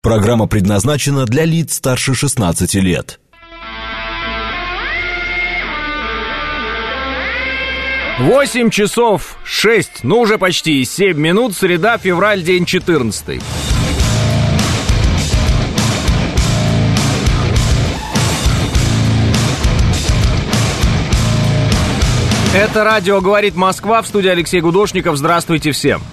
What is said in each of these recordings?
Программа предназначена для лиц старше 16 лет. 8 часов 6, ну уже почти 7 минут, среда, февраль, день 14. Это радио «Говорит Москва», в студии Алексей Гудошников. Здравствуйте всем.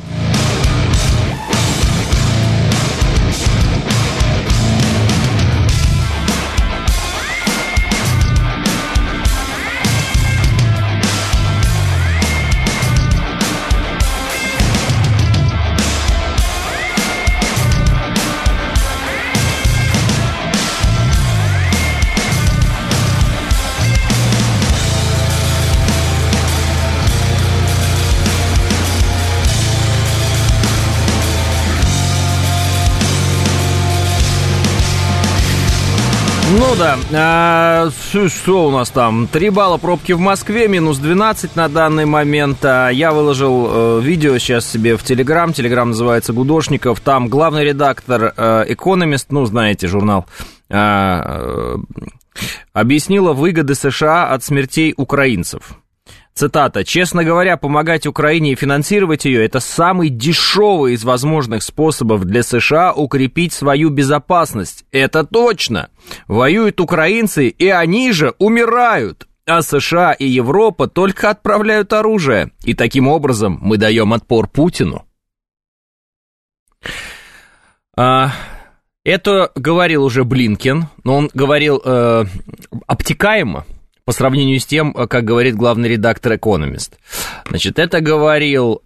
Ну да, что у нас там? 3 балла пробки в Москве, минус 12 на данный момент. Я выложил видео сейчас себе в Телеграм. Телеграм называется Гудошников. Там главный редактор Economist, ну знаете, журнал, объяснила выгоды США от смертей украинцев. Цитата. «Честно говоря, помогать Украине и финансировать ее – это самый дешевый из возможных способов для США укрепить свою безопасность. Это точно. Воюют украинцы, и они же умирают. А США и Европа только отправляют оружие. И таким образом мы даем отпор Путину». Это говорил уже Блинкен, но он говорил обтекаемо, по сравнению с тем, как говорит главный редактор Economist. Значит, это говорил...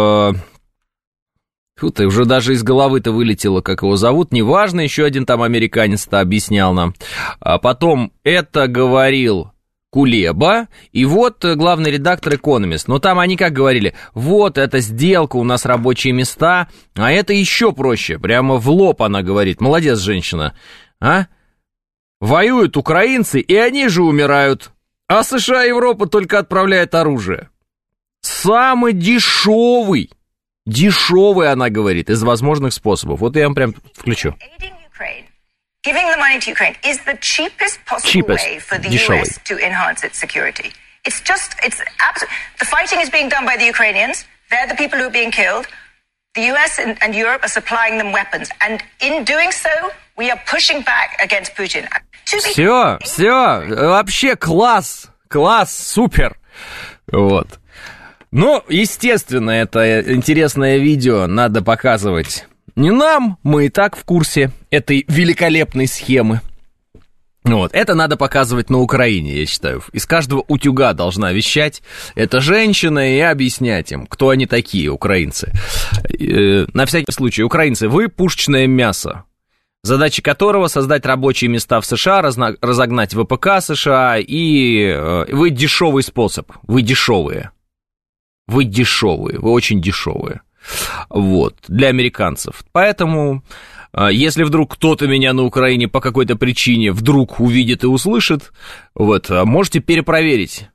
уже даже из головы-то вылетело, как его зовут. Неважно, еще один там американец-то объяснял нам. А потом это говорил Кулеба, и вот главный редактор Economist. Но там они как говорили, вот, это сделка, у нас рабочие места, а это еще проще. Прямо в лоб она говорит. Молодец, женщина. А? Воюют украинцы, и они же умирают. А США и Европа только отправляют оружие. Самый дешевый, она говорит, из возможных способов. Вот я вам прям включу. Giving the money to Ukraine is the cheapest possible way for the US to enhance its security. It's the fighting is being done by the Ukrainians. They're the people who are being killed. The US and Europe are supplying them weapons. And in doing so, we are pushing back against Putin. Все, вообще класс, супер. Вот. Ну, естественно, это интересное видео надо показывать не нам, мы и так в курсе этой великолепной схемы. Вот, это надо показывать на Украине, я считаю. Из каждого утюга должна вещать эта женщина и объяснять им, кто они такие, украинцы. На всякий случай, украинцы, вы пушечное мясо, задача которого создать рабочие места в США, разогнать ВПК США, и вы дешевый способ, вы дешевые, вы очень дешевые. Вот, для американцев. Поэтому, если вдруг кто-то меня на Украине по какой-то причине вдруг увидит и услышит, вот, можете перепроверить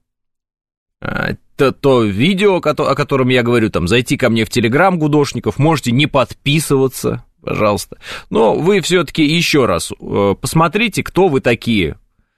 то видео, о котором я говорю, там, зайти ко мне в Телеграм Гудошников, можете не подписываться, пожалуйста. Но вы все-таки еще раз посмотрите, кто вы такие,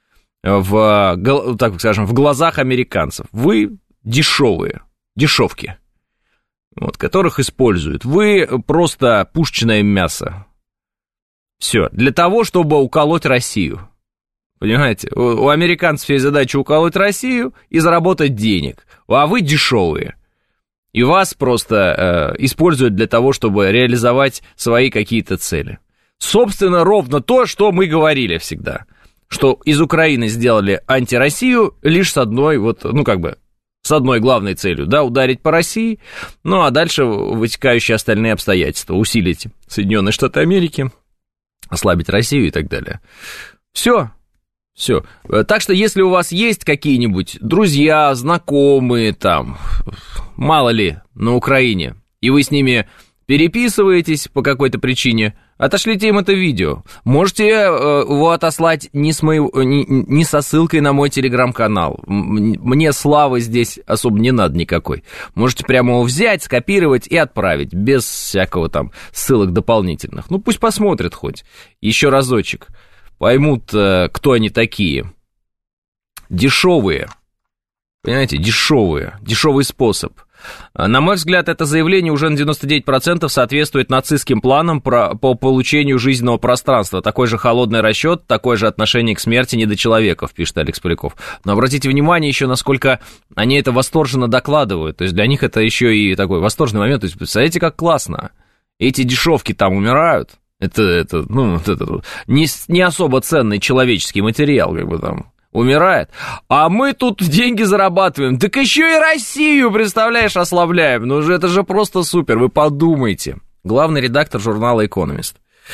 так скажем, в глазах американцев. Вы дешевые, дешевки. Вот, которых используют. Вы просто пушечное мясо. Все. Для того, чтобы уколоть Россию. Понимаете? У американцев есть задача уколоть Россию и заработать денег. А вы дешевые. И вас просто используют для того, чтобы реализовать свои какие-то цели. Собственно, ровно то, что мы говорили всегда. Что из Украины сделали антироссию лишь с одной, вот, ну, как бы, с одной главной целью, да, ударить по России, ну, а дальше вытекающие остальные обстоятельства, усилить Соединенные Штаты Америки, ослабить Россию и так далее. Все. Так что, если у вас есть какие-нибудь друзья, знакомые там, мало ли, на Украине, и вы с ними переписываетесь по какой-то причине, Отошлите им это видео. Можете его отослать не со ссылкой на мой телеграм-канал. Мне славы здесь особо не надо никакой. Можете прямо его взять, скопировать и отправить, без всякого там ссылок дополнительных. Ну, пусть посмотрят хоть. Еще разочек. Поймут, кто они такие. Дешевые. Понимаете, дешевый способ. На мой взгляд, это заявление уже на 99% соответствует нацистским планам по получению жизненного пространства. Такой же холодный расчет, такое же отношение к смерти недочеловеков, пишет Алекс Поляков. Но обратите внимание еще, насколько они это восторженно докладывают. То есть для них это еще и такой восторженный момент. То есть представляете, как классно. Эти дешевки там умирают. Это не особо ценный человеческий материал, как бы там. Умирает, а мы тут деньги зарабатываем, так еще и Россию, представляешь, ослабляем, ну же это же просто супер, вы подумайте. Главный редактор журнала «Экономист».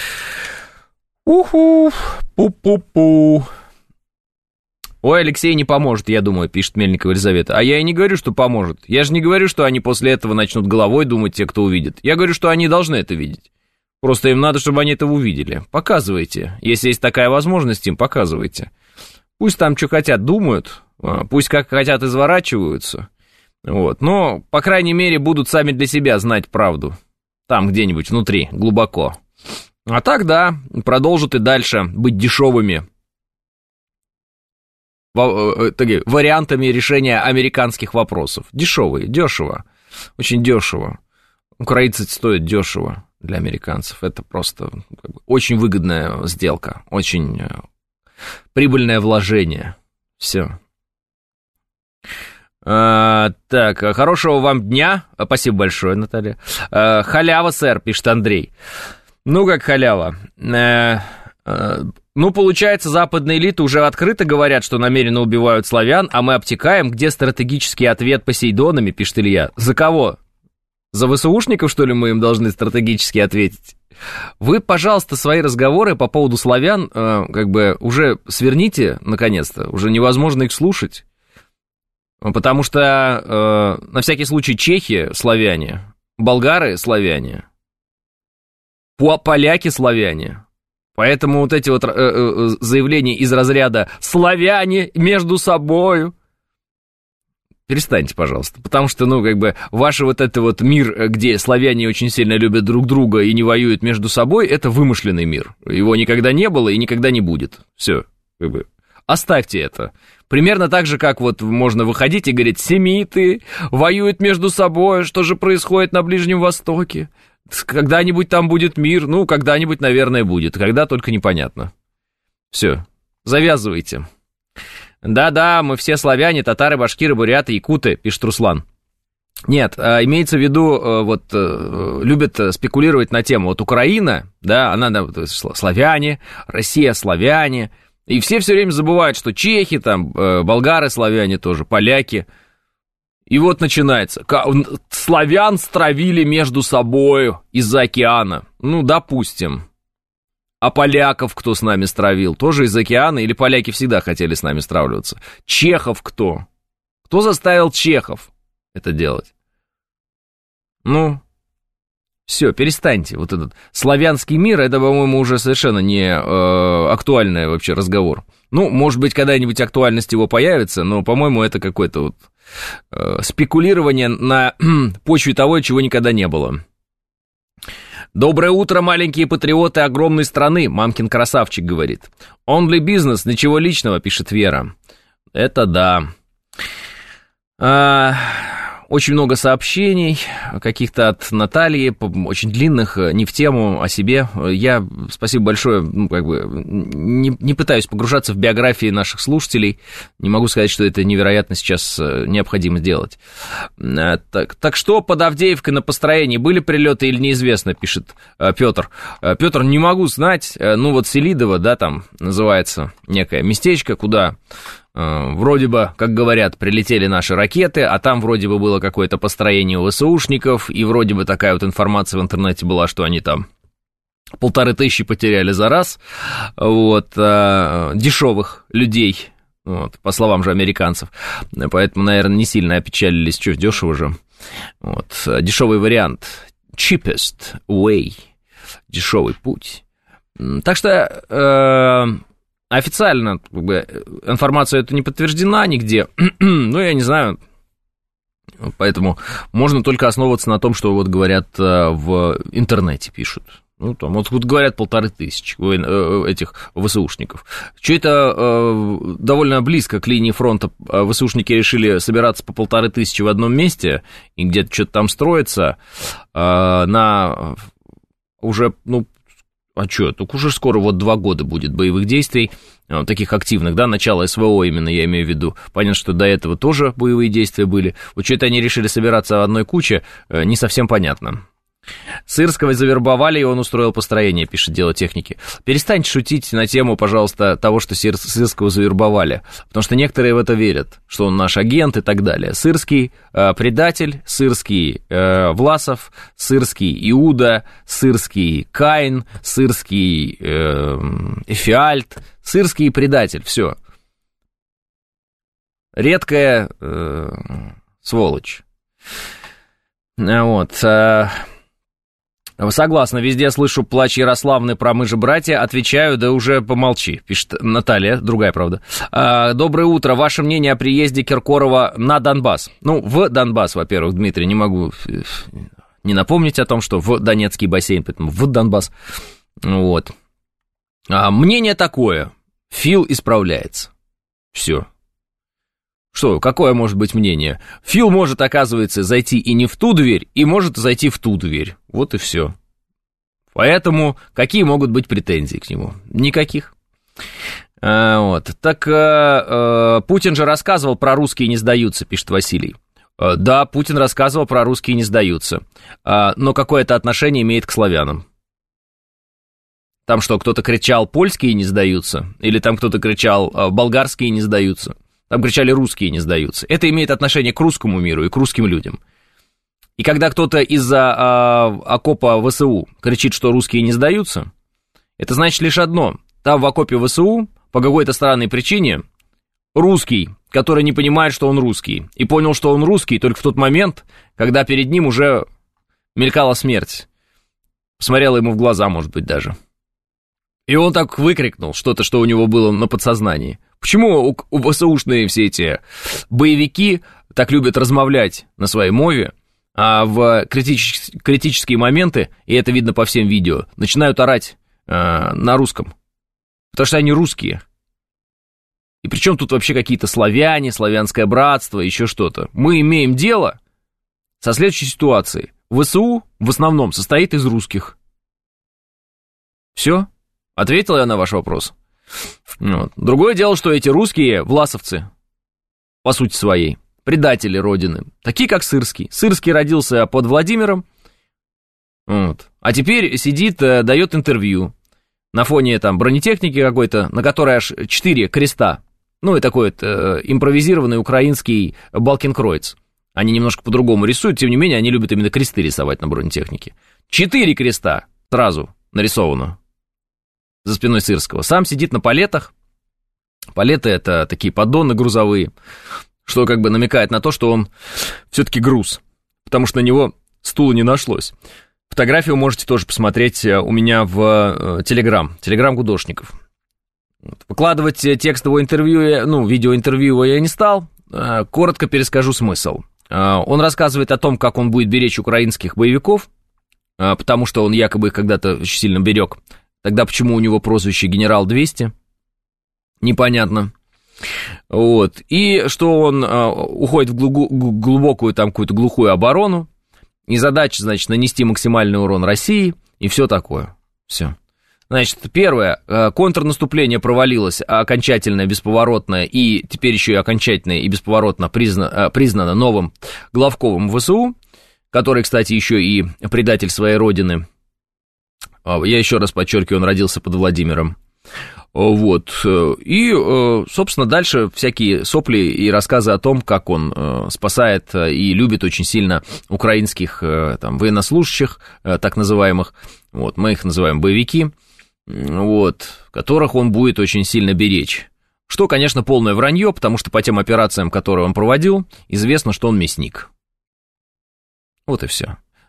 Уху, пу-пу-пу. Ой, Алексей не поможет, я думаю, пишет Мельникова Елизавета. А я и не говорю, что поможет. Я же не говорю, что они после этого начнут головой думать, те, кто увидит. Я говорю, что они должны это видеть. Просто им надо, чтобы они это увидели. Показывайте. Если есть такая возможность, им показывайте. Пусть там что хотят думают, пусть как хотят изворачиваются, вот. Но, по крайней мере, будут сами для себя знать правду, там где-нибудь внутри, глубоко. А так, да, продолжат и дальше быть дешевыми вариантами решения американских вопросов. Дешевые, дешево, очень дешево. Украинцы стоят дешево для американцев, это просто очень выгодная сделка, очень... прибыльное вложение. Все. Так, хорошего вам дня. Спасибо большое, Наталья. Халява, сэр, пишет Андрей. Ну, как халява. Ну, получается, западные элиты уже открыто говорят, что намеренно убивают славян, а мы обтекаем, где стратегический ответ Посейдонами, пишет Илья. За кого? За ВСУшников, что ли, мы им должны стратегически ответить? Вы, пожалуйста, свои разговоры по поводу славян как бы уже сверните, наконец-то. Уже невозможно их слушать. Потому что, на всякий случай, чехи славяне, болгары славяне, поляки славяне. Поэтому вот эти вот заявления из разряда «славяне между собою». Перестаньте, пожалуйста, потому что, ну, как бы, ваш вот этот вот мир, где славяне очень сильно любят друг друга и не воюют между собой, это вымышленный мир. Его никогда не было и никогда не будет. Все, как бы, оставьте это. Примерно так же, как вот можно выходить и говорить, семиты воюют между собой, что же происходит на Ближнем Востоке? Когда-нибудь там будет мир? Ну, когда-нибудь, наверное, будет, когда только непонятно. Все, завязывайте. Да-да, мы все славяне, татары, башкиры, буряты, якуты, пишет Руслан. Нет, имеется в виду, вот, любят спекулировать на тему, вот Украина, да, она, славяне, Россия, славяне, и все время забывают, что чехи, там, болгары, славяне тоже, поляки, и вот начинается, славян стравили между собой из-за океана, ну, допустим. А поляков кто с нами стравил? Тоже из океана? Или поляки всегда хотели с нами стравливаться? Чехов кто? Кто заставил чехов это делать? Ну, все, перестаньте. Вот этот славянский мир, это, по-моему, уже совершенно не актуальный вообще разговор. Ну, может быть, когда-нибудь актуальность его появится, но, по-моему, это какое-то вот спекулирование на почве того, чего никогда не было. Доброе утро, маленькие патриоты огромной страны, мамкин красавчик говорит. Only business, ничего личного, пишет Вера. Это да. Очень много сообщений, каких-то от Натальи, очень длинных, не в тему, о себе. Я, спасибо большое, ну, как бы, не пытаюсь погружаться в биографии наших слушателей. Не могу сказать, что это невероятно сейчас необходимо делать. Так что под Авдеевкой на построении были прилеты или неизвестно, пишет Петр. Петр, не могу знать, ну вот Селидово, да, там называется некое местечко, куда... Вроде бы, как говорят, прилетели наши ракеты, а там вроде бы было какое-то построение у ВСУшников, и вроде бы такая вот информация в интернете была, что они там 1500 потеряли за раз, вот, дешевых людей, вот, по словам же американцев, поэтому, наверное, не сильно опечалились, что дешево же, вот, дешевый вариант, cheapest way. дешевый путь. Так что официально как бы, информация эта не подтверждена нигде, ну, я не знаю, поэтому можно только основываться на том, что вот говорят в интернете, пишут. Ну, там, вот говорят 1500 этих ВСУшников. Что это довольно близко к линии фронта. ВСУшники решили собираться по 1500 в одном месте, и где-то что-то там строится, на уже, ну, а что, только уже скоро вот 2 года будет боевых действий, таких активных, да, начало СВО именно, я имею в виду. Понятно, что до этого тоже боевые действия были. Вот что-то они решили собираться в одной куче, не совсем понятно. Сырского завербовали, и он устроил построение, пишет «Дело техники». Перестаньте шутить на тему, пожалуйста, того, что Сырского завербовали, потому что некоторые в это верят, что он наш агент и так далее. Сырский предатель, Сырский Власов, Сырский Иуда, Сырский Каин, Сырский Эфиальт, Сырский предатель, все. Редкая сволочь. Вот. Согласна, везде слышу плач Ярославны про «мы же братья», отвечаю, да уже помолчи, пишет Наталья, другая, правда. Доброе утро, ваше мнение о приезде Киркорова на Донбасс? Ну, в Донбасс, во-первых, Дмитрий, не могу не напомнить о том, что в Донецкий бассейн, поэтому в Донбасс, вот. Мнение такое, Фил исправляется, все. Что, какое может быть мнение? Фил может, оказывается, зайти и не в ту дверь, и может зайти в ту дверь. Вот и все. Поэтому какие могут быть претензии к нему? Никаких. Вот. Так Путин же рассказывал про «русские не сдаются», пишет Василий. Да, Путин рассказывал про «русские не сдаются», но какое это отношение имеет к славянам? Там что, кто-то кричал «польские не сдаются», или там кто-то кричал «болгарские не сдаются»? Там кричали «русские не сдаются». Это имеет отношение к русскому миру и к русским людям. И когда кто-то из-за окопа ВСУ кричит, что русские не сдаются, это значит лишь одно. Там в окопе ВСУ по какой-то странной причине русский, который не понимает, что он русский, и понял, что он русский только в тот момент, когда перед ним уже мелькала смерть. Посмотрела ему в глаза, может быть, даже. И он так выкрикнул что-то, что у него было на подсознании. Почему у ВСУшные все эти боевики так любят размовлять на своей мове, а в критические моменты, и это видно по всем видео, начинают орать на русском? Потому что они русские. И причем тут вообще какие-то славяне, славянское братство, еще что-то. Мы имеем дело со следующей ситуацией. ВСУ в основном состоит из русских. Все? Ответил я на ваш вопрос? Вот. Другое дело, что эти русские власовцы, по сути своей, предатели Родины, такие как Сырский. Сырский родился под Владимиром, вот. А теперь сидит, дает интервью на фоне там бронетехники какой-то, на которой аж 4 креста. Ну и такой вот импровизированный украинский Балкенкройц. Они немножко по-другому рисуют, тем не менее, они любят именно кресты рисовать на бронетехнике. 4 креста сразу нарисовано за спиной Сырского. Сам сидит на палетах. Палеты — это такие поддоны грузовые, что как бы намекает на то, что он все-таки груз, потому что на него стула не нашлось. Фотографию можете тоже посмотреть у меня в Телеграм Гудошников. Выкладывать текстовое интервью, видеоинтервью его я не стал. Коротко перескажу смысл. Он рассказывает о том, как он будет беречь украинских боевиков, потому что он якобы их когда-то очень сильно берег. Тогда почему у него прозвище «Генерал 200»? Непонятно. Вот. И что он уходит в глубокую там какую-то глухую оборону, и задача, значит, нанести максимальный урон России, и все такое. Все. Значит, первое, контрнаступление провалилось окончательно, бесповоротно, и теперь еще и окончательно и бесповоротно признано новым главковым ВСУ, который, кстати, еще и предатель своей родины. Я еще раз подчеркиваю, он родился под Владимиром. Вот. И, собственно, дальше всякие сопли и рассказы о том, как он спасает и любит очень сильно украинских там, военнослужащих, так называемых, вот, мы их называем боевики, вот, которых он будет очень сильно беречь. Что, конечно, полное вранье, потому что по тем операциям, которые он проводил, известно, что он мясник. Вот и все.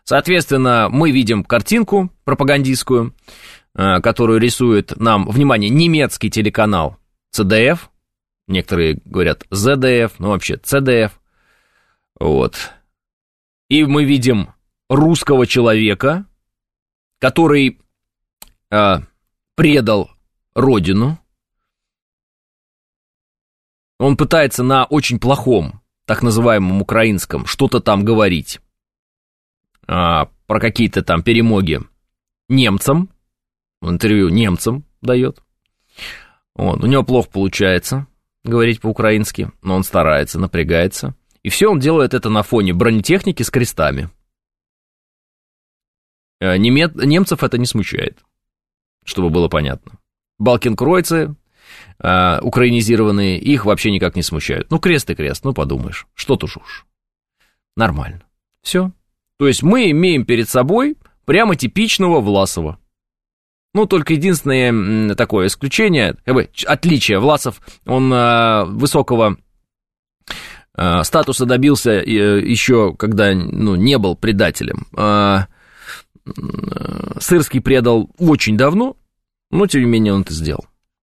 Соответственно, мы видим картинку пропагандистскую, которую рисует нам, внимание, немецкий телеканал CDF, некоторые говорят ZDF, ну вообще CDF, вот. И мы видим русского человека, который предал родину. Он пытается на очень плохом, так называемом украинском, что-то там говорить, про какие-то там перемоги немцам, в интервью немцам дает. Вот. У него плохо получается говорить по-украински, но он старается, напрягается. И все он делает это на фоне бронетехники с крестами. Немцев это не смущает, чтобы было понятно. Балкенкройцы, украинизированные, их вообще никак не смущают. Ну, крест и крест, ну, подумаешь, что тут уж. Нормально. Все. То есть мы имеем перед собой прямо типичного Власова. Ну, только единственное такое исключение, отличие. Власов, он высокого статуса добился еще, когда не был предателем. Сырский предал очень давно, но, тем не менее, он это сделал.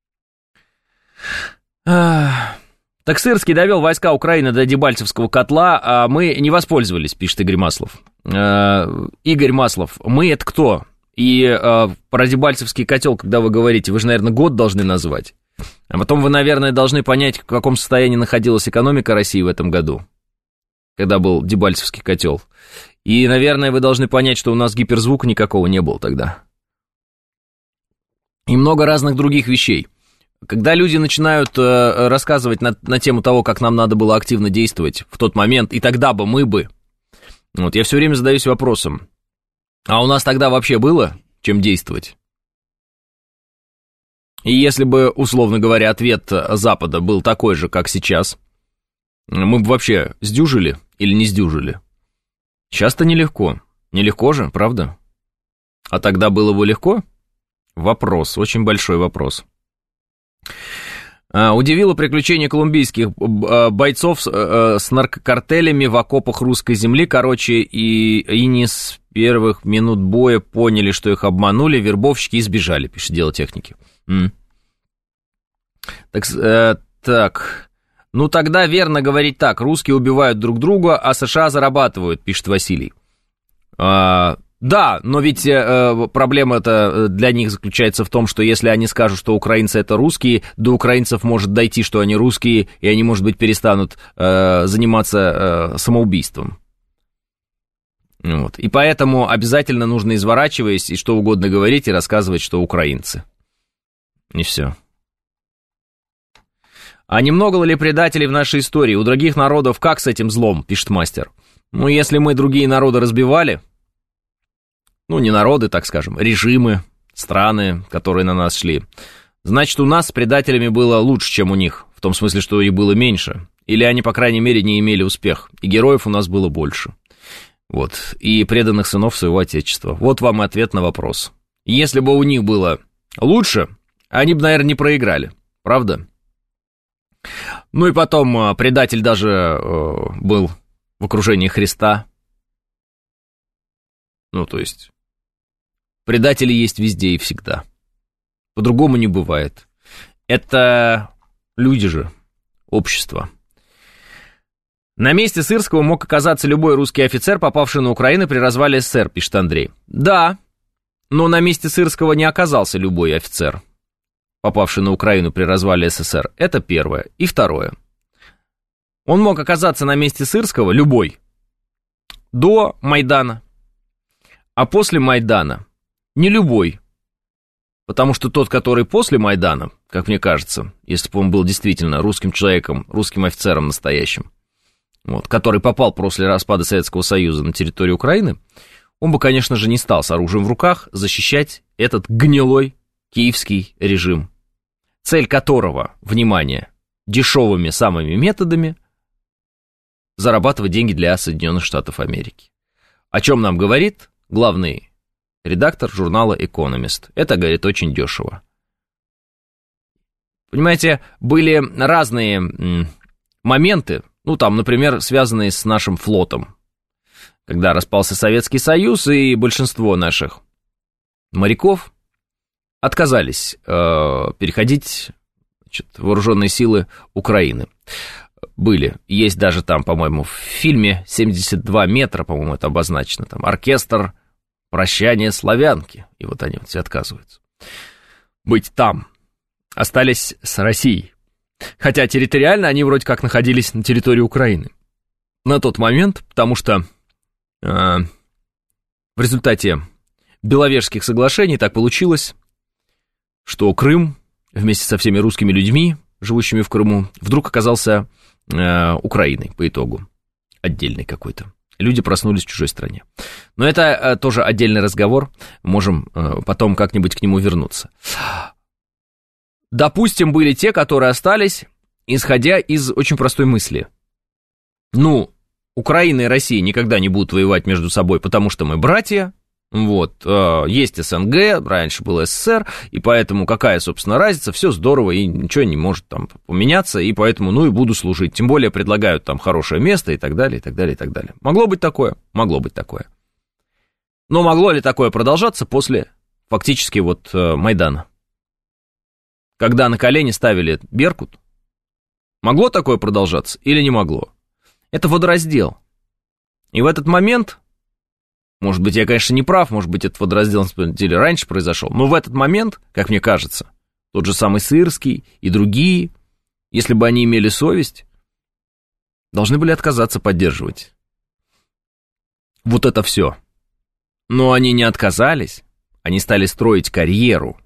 Так Сырский довел войска Украины до Дебальцевского котла, а мы не воспользовались, пишет Игорь Маслов. Игорь Маслов, мы это кто? И про Дебальцевский котел, когда вы говорите, вы же, наверное, год должны назвать. А потом вы, наверное, должны понять, в каком состоянии находилась экономика России в этом году, когда был Дебальцевский котел. И, наверное, вы должны понять, что у нас гиперзвука никакого не было тогда. И много разных других вещей. Когда люди начинают рассказывать на тему того, как нам надо было активно действовать в тот момент, и тогда бы мы бы... Вот я все время задаюсь вопросом, а у нас тогда вообще было чем действовать? И если бы, условно говоря, ответ Запада был такой же, как сейчас, мы бы вообще сдюжили или не сдюжили? Сейчас-то нелегко. Нелегко же, правда? А тогда было бы легко? Вопрос, очень большой вопрос. Удивило приключение колумбийских бойцов с наркокартелями в окопах русской земли. Короче, и не с первых минут боя поняли, что их обманули, вербовщики и сбежали, пишет Дело техники. Так, ну тогда верно говорить так, русские убивают друг друга, а США зарабатывают, пишет Василий. Да, но ведь проблема-то для них заключается в том, что если они скажут, что украинцы это русские, до украинцев может дойти, что они русские, и они, может быть, перестанут заниматься самоубийством. Вот. И поэтому обязательно нужно, изворачиваясь, и что угодно говорить, и рассказывать, что украинцы. И все. А немного ли предателей в нашей истории? У других народов как с этим злом, пишет мастер. Ну, если мы другие народы разбивали... Ну, не народы, так скажем, режимы, страны, которые на нас шли. Значит, у нас с предателями было лучше, чем у них. В том смысле, что их было меньше. Или они, по крайней мере, не имели успеха. И героев у нас было больше. Вот. И преданных сынов своего отечества. Вот вам и ответ на вопрос. Если бы у них было лучше, они бы, наверное, не проиграли. Правда? Ну и потом предатель даже был в окружении Христа. Ну, то есть... Предатели есть везде и всегда. По-другому не бывает. Это люди же, общество. На месте Сырского мог оказаться любой русский офицер, попавший на Украину при развале СССР, пишет Андрей. Да, но на месте Сырского не оказался любой офицер, попавший на Украину при развале СССР. Это первое. И второе. Он мог оказаться на месте Сырского, любой, до Майдана. А после Майдана не любой, потому что тот, который после Майдана, как мне кажется, если бы он был действительно русским человеком, русским офицером настоящим, вот, который попал после распада Советского Союза на территорию Украины, он бы, конечно же, не стал с оружием в руках защищать этот гнилой киевский режим, цель которого, внимание, дешевыми самыми методами зарабатывать деньги для Соединенных Штатов Америки. О чем нам говорит главный редактор журнала «Экономист». Это, говорит, очень дешево. Понимаете, были разные моменты, ну, там, например, связанные с нашим флотом. когда распался Советский Союз, и большинство наших моряков отказались переходить, значит, в вооруженные силы Украины. Есть даже там, по-моему, в фильме «72 метра», по-моему, это обозначено, там оркестр «Прощание славянки», и вот они все отказываются быть там, остались с Россией, хотя территориально они вроде как находились на территории Украины на тот момент, потому что в результате Беловежских соглашений так получилось, что Крым вместе со всеми русскими людьми, живущими в Крыму, вдруг оказался Украиной по итогу, отдельный какой-то. Люди проснулись в чужой стране. Но это тоже отдельный разговор, можем потом как-нибудь к нему вернуться. Допустим, были те, которые остались, исходя из очень простой мысли. Ну, Украина и Россия никогда не будут воевать между собой, потому что мы братья. Вот, есть СНГ, раньше был СССР, и поэтому какая, собственно, разница, все здорово, и ничего не может там поменяться, и поэтому, ну, и буду служить. Тем более предлагают там хорошее место и так далее, и так далее, и так далее. Могло быть такое? Могло быть такое. Но могло ли такое продолжаться после, фактически, вот Майдана? Когда на колени ставили Беркут, могло такое продолжаться или не могло? Это водораздел. И в этот момент... Может быть, я, конечно, не прав, может быть, этот водораздел, на самом деле, раньше произошел, но в этот момент, как мне кажется, тот же самый Сырский и другие, если бы они имели совесть, должны были отказаться поддерживать вот это все. Но они не отказались, они стали строить карьеру.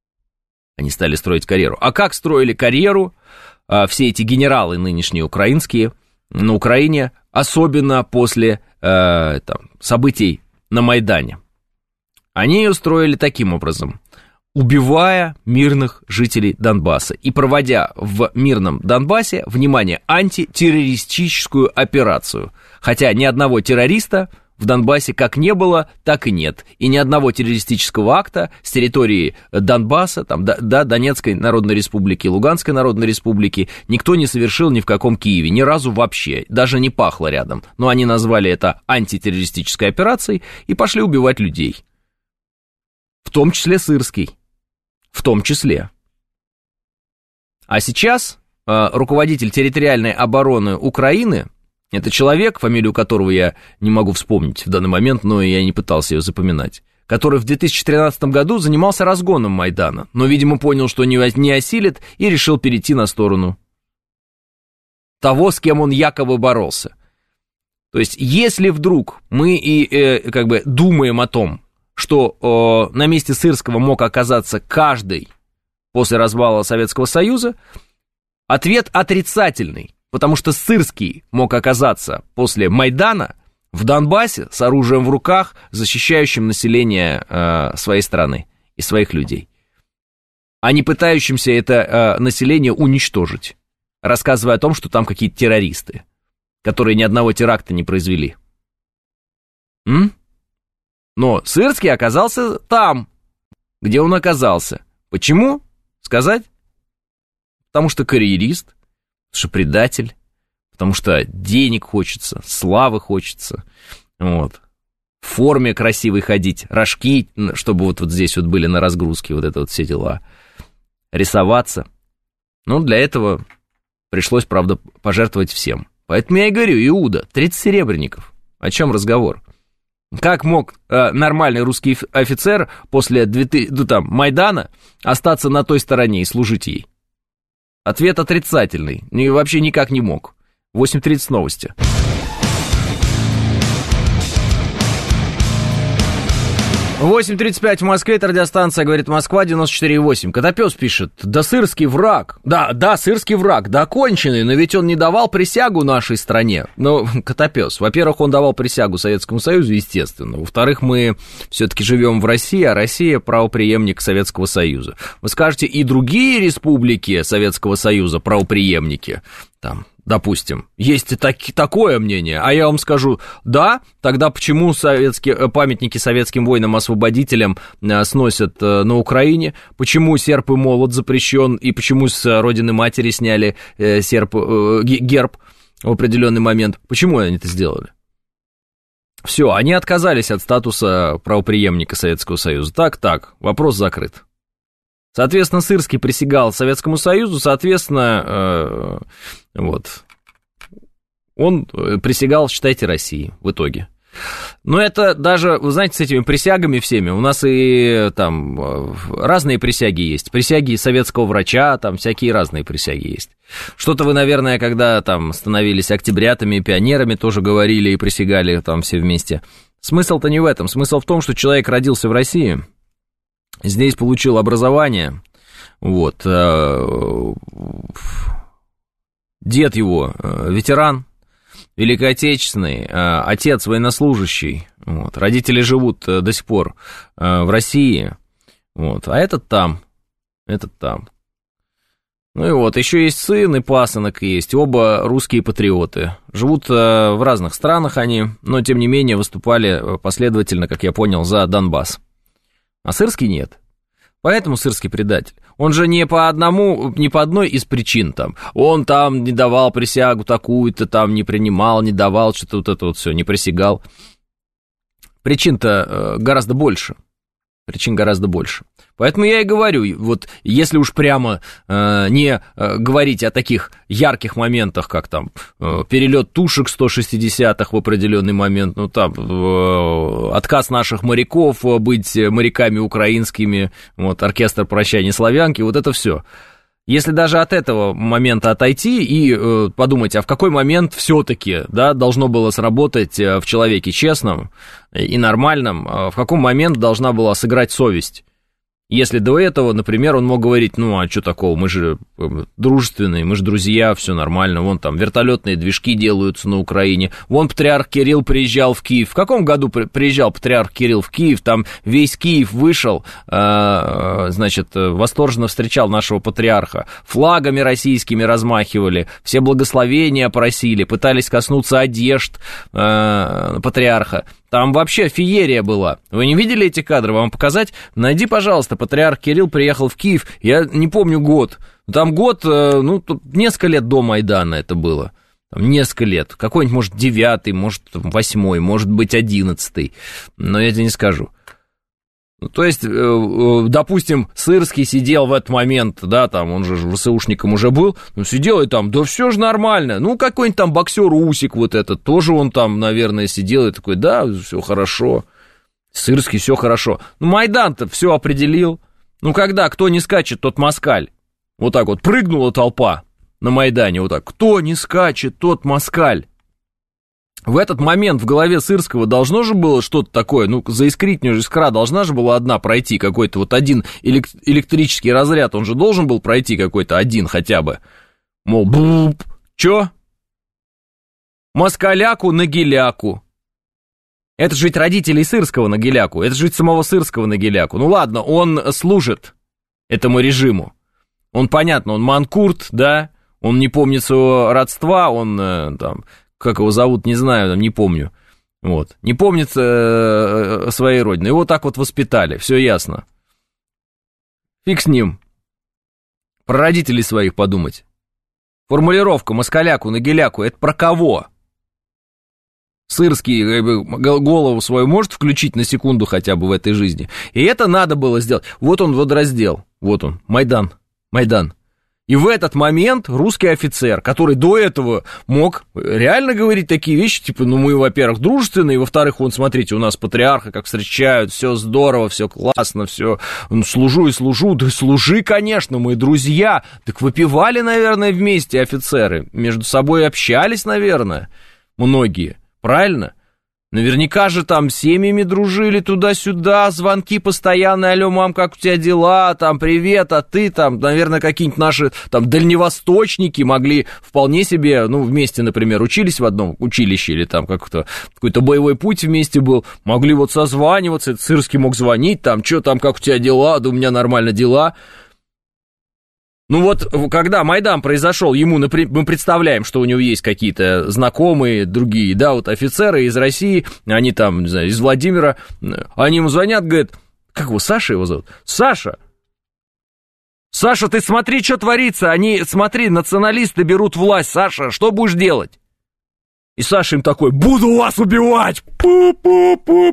А как строили карьеру все эти генералы нынешние украинские на Украине, особенно после событий на Майдане? Они ее строили таким образом, убивая мирных жителей Донбасса и проводя в мирном Донбассе, внимание, антитеррористическую операцию. Хотя ни одного террориста в Донбассе как не было, так и нет. И ни одного террористического акта с территории Донбасса, там, Донецкой Народной Республики, Луганской Народной Республики никто не совершил ни в каком Киеве, ни разу вообще, даже не пахло рядом. Но они назвали это антитеррористической операцией и пошли убивать людей. В том числе Сырский. В том числе. А сейчас руководитель территориальной обороны Украины, это человек, фамилию которого я не могу вспомнить в данный момент, но я не пытался ее запоминать, который в 2013 году занимался разгоном Майдана, но, видимо, понял, что не осилит, и решил перейти на сторону того, с кем он якобы боролся. То есть, если вдруг мы думаем о том, что на месте Сырского мог оказаться каждый после развала Советского Союза, ответ отрицательный. Потому что Сырский мог оказаться после Майдана в Донбассе с оружием в руках, защищающим население своей страны и своих людей, а не пытающимся это население уничтожить, рассказывая о том, что там какие-то террористы, которые ни одного теракта не произвели. Но Сырский оказался там, где он оказался. Почему? Сказать? Потому что карьерист, потому что предатель, потому что денег хочется, славы хочется, вот. В форме красивой ходить, рожки, чтобы вот здесь вот были на разгрузке, вот это вот все дела, рисоваться. Ну, для этого пришлось, правда, пожертвовать всем. Поэтому я и говорю, Иуда, 30 серебряников. О чем разговор? Как мог нормальный русский офицер после Майдана остаться на той стороне и служить ей? Ответ отрицательный. Вообще никак не мог. 8:30 новости. 8:35 в Москве, это радиостанция «Говорит Москва», 94,8. Котопес пишет, да Сырский враг. Да, Сырский враг, да конченый, но ведь он не давал присягу нашей стране. Ну, Котопес, во-первых, он давал присягу Советскому Союзу, естественно. Во-вторых, мы все-таки живем в России, а Россия правопреемник Советского Союза. Вы скажете, и другие республики Советского Союза правопреемники, там, допустим, есть и такое мнение, а я вам скажу, да, тогда почему памятники советским воинам-освободителям сносят на Украине, почему серп и молот запрещен, и почему с родины матери сняли герб в определенный момент, почему они это сделали? Все, они отказались от статуса правопреемника Советского Союза. Так, вопрос закрыт. Соответственно, Сырский присягал Советскому Союзу, соответственно, вот, он присягал, считайте, России в итоге. Но это даже, вы знаете, с этими присягами всеми, у нас и там разные присяги есть. Присяги советского врача, там всякие разные присяги есть. Что-то вы, наверное, когда там становились октябрятами, пионерами, тоже говорили и присягали там все вместе. Смысл-то не в этом. Смысл в том, что человек родился в России, здесь получил образование, вот, дед его ветеран Великой Отечественной, отец военнослужащий, вот, родители живут до сих пор в России, вот, а этот там. Ну и вот, еще есть сын и пасынок есть, оба русские патриоты. Живут в разных странах они, но тем не менее выступали последовательно, как я понял, за Донбасс. А Сырский нет. Поэтому Сырский предатель. Он же не по одной из причин там. Он там не давал присягу такую-то, там не принимал, не давал, что-то вот это вот все, не присягал. Причин-то гораздо больше. Поэтому я и говорю, вот если уж прямо не говорить о таких ярких моментах, как там перелет тушек 160-х в определенный момент, ну там отказ наших моряков быть моряками украинскими, вот оркестр прощания славянки, вот это все. Если даже от этого момента отойти и подумать, а в какой момент все-таки, да, должно было сработать в человеке честном и нормальном, в каком момент должна была сыграть совесть. Если до этого, например, он мог говорить, ну, а что такого, мы же дружественные, мы же друзья, все нормально, вон там вертолетные движки делаются на Украине, вон патриарх Кирилл приезжал в Киев. В каком году приезжал патриарх Кирилл в Киев? Там весь Киев вышел, значит, восторженно встречал нашего патриарха, флагами российскими размахивали, все благословения просили, пытались коснуться одежд патриарха. Там вообще феерия была. Вы не видели эти кадры? Вам показать? Найди, пожалуйста, патриарх Кирилл приехал в Киев. Я не помню год. Там год, ну, несколько лет до Майдана это было. Там несколько лет. Какой-нибудь, может, 9-й, может, 8-й, может быть, 11-й. Но я тебе не скажу. То есть, допустим, Сырский сидел в этот момент, да, там, он же ВСУшником уже был, ну, сидел и там, да все же нормально, ну, какой-нибудь там боксер Усик вот этот, тоже он там, наверное, сидел и такой, да, все хорошо, Сырский, все хорошо. Ну, Майдан-то все определил, ну, когда кто не скачет, тот москаль, вот так вот прыгнула толпа на Майдане, вот так, кто не скачет, тот москаль. В этот момент в голове Сырского должно же было что-то такое, ну, заискрить, искра должна же была одна пройти, какой-то вот один электрический разряд, он же должен был пройти какой-то один хотя бы. Мол, буп, чё? Москаляку на геляку. Это же ведь родителей Сырского на геляку, это же ведь самого Сырского на геляку. Ну ладно, он служит этому режиму. Он, понятно, он манкурт, да, он не помнит своего родства, он там... Как его зовут, не знаю, там, не помню. Вот. Не помнит своей родины. Его так вот воспитали, все ясно. Фиг с ним. Про родителей своих подумать. Формулировка москаляку на геляку, это про кого? Сырский голову свою может включить на секунду хотя бы в этой жизни. И это надо было сделать. Вот он водораздел. Вот он, Майдан. И в этот момент русский офицер, который до этого мог реально говорить такие вещи, типа, ну, мы, во-первых, дружественные, во-вторых, вон, смотрите, у нас патриарха как встречают, все здорово, все классно, все, ну, служу и служу, да служи, конечно, мы друзья, так выпивали, наверное, вместе офицеры, между собой общались, наверное, многие, правильно? Наверняка же там семьями дружили туда-сюда, звонки постоянные, алло, мам, как у тебя дела, там, привет, а ты там, наверное, какие-нибудь наши там дальневосточники могли вполне себе, ну, вместе, например, учились в одном училище или там как-то какой-то боевой путь вместе был, могли вот созваниваться, Сырский мог звонить, там, что там, как у тебя дела, да у меня нормально дела. Ну вот, когда Майдан произошел, ему, мы представляем, что у него есть какие-то знакомые, другие, да, вот офицеры из России, они там, не знаю, из Владимира, они ему звонят, говорят, как его, Саша его зовут? Саша, ты смотри, что творится, они, смотри, националисты берут власть, Саша, что будешь делать? И Саша им такой: буду вас убивать! Пуп-пуп-пуп.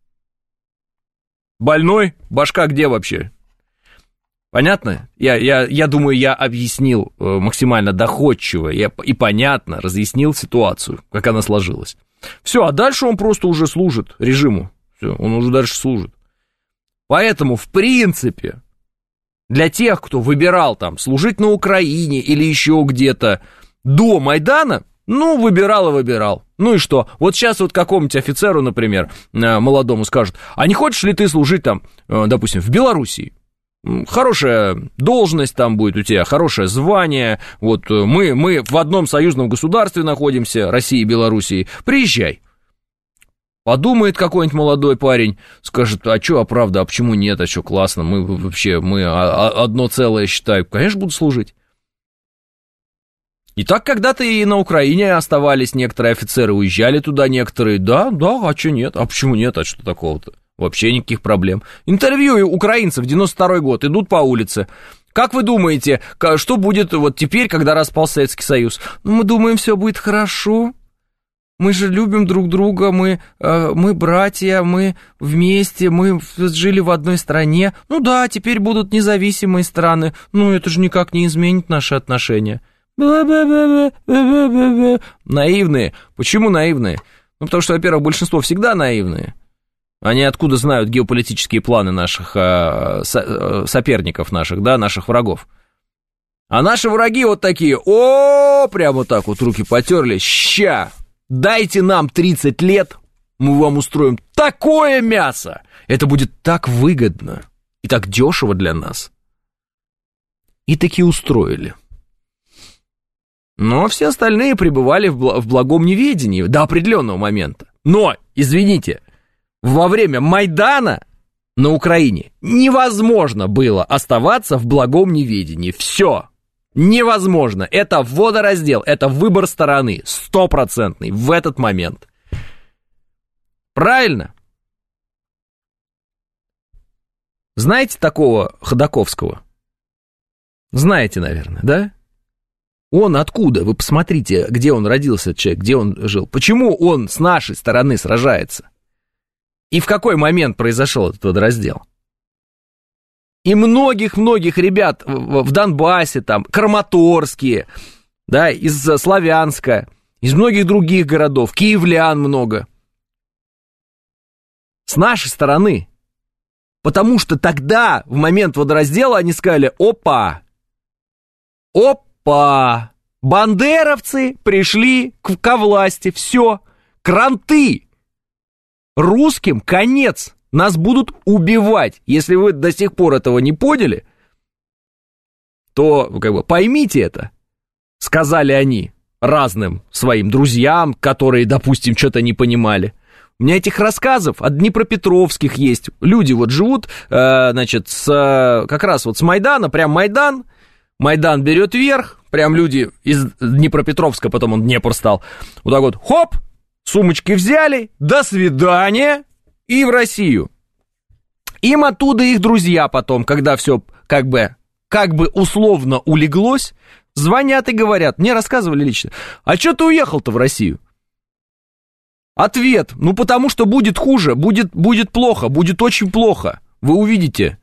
Больной? Башка где вообще? Понятно? Я думаю, я объяснил максимально доходчиво и понятно разъяснил ситуацию, как она сложилась. Все, а дальше он просто уже служит режиму. Все, он уже дальше служит. Поэтому, в принципе, для тех, кто выбирал там служить на Украине или еще где-то до Майдана, ну, выбирал и выбирал. Ну и что? Вот сейчас вот какому-нибудь офицеру, например, молодому скажут: а не хочешь ли ты служить там, допустим, в Белоруссии? Хорошая должность там будет у тебя, хорошее звание, вот мы в одном союзном государстве находимся, России и Белоруссии, приезжай. Подумает какой-нибудь молодой парень, скажет: а что, а правда, а почему нет, а что, классно, мы одно целое считаем, конечно, буду служить. И так когда-то и на Украине оставались некоторые офицеры, уезжали туда некоторые, да, а что нет, а почему нет, а что такого-то? Вообще никаких проблем. Интервью украинцев, 92-й год, идут по улице. Как вы думаете, что будет вот теперь, когда распался Советский Союз? Ну, мы думаем, все будет хорошо. Мы же любим друг друга, мы братья, мы вместе, мы жили в одной стране. Ну да, теперь будут независимые страны. Ну, это же никак не изменит наши отношения. Наивные. Почему наивные? Ну, потому что, во-первых, большинство всегда наивные. Они откуда знают геополитические планы наших соперников наших, да, наших врагов? А наши враги вот такие: прямо так вот руки потерли, ща, дайте нам 30 лет, мы вам устроим такое мясо, это будет так выгодно и так дешево для нас. И таки устроили. Но все остальные пребывали в благом неведении до определенного момента. Но, извините, во время Майдана на Украине невозможно было оставаться в благом неведении. Все. Невозможно. Это водораздел, это выбор стороны. 100% в этот момент. Правильно? Знаете такого Ходорковского? Знаете, наверное, да? Он откуда? Вы посмотрите, где он родился, человек, где он жил. Почему он с нашей стороны сражается? И в какой момент произошел этот водораздел? И многих-многих ребят в Донбассе, там, Краматорские, да, из Славянска, из многих других городов, киевлян много. С нашей стороны. Потому что тогда, в момент водораздела, они сказали: опа, бандеровцы пришли ко власти, все, кранты. Русским конец, нас будут убивать. Если вы до сих пор этого не поняли, то как бы поймите это, сказали они разным своим друзьям, которые, допустим, что-то не понимали. У меня этих рассказов от днепропетровских есть. Люди вот живут, значит, как раз вот с Майдана, прям Майдан берет верх, прям люди из Днепропетровска, потом он Днепр стал, вот так вот, хоп, сумочки взяли, до свидания, и в Россию. Им оттуда их друзья потом, когда все как бы условно улеглось, звонят и говорят, мне рассказывали лично: а что ты уехал-то в Россию? Ответ: ну потому что будет хуже, будет плохо, будет очень плохо, вы увидите.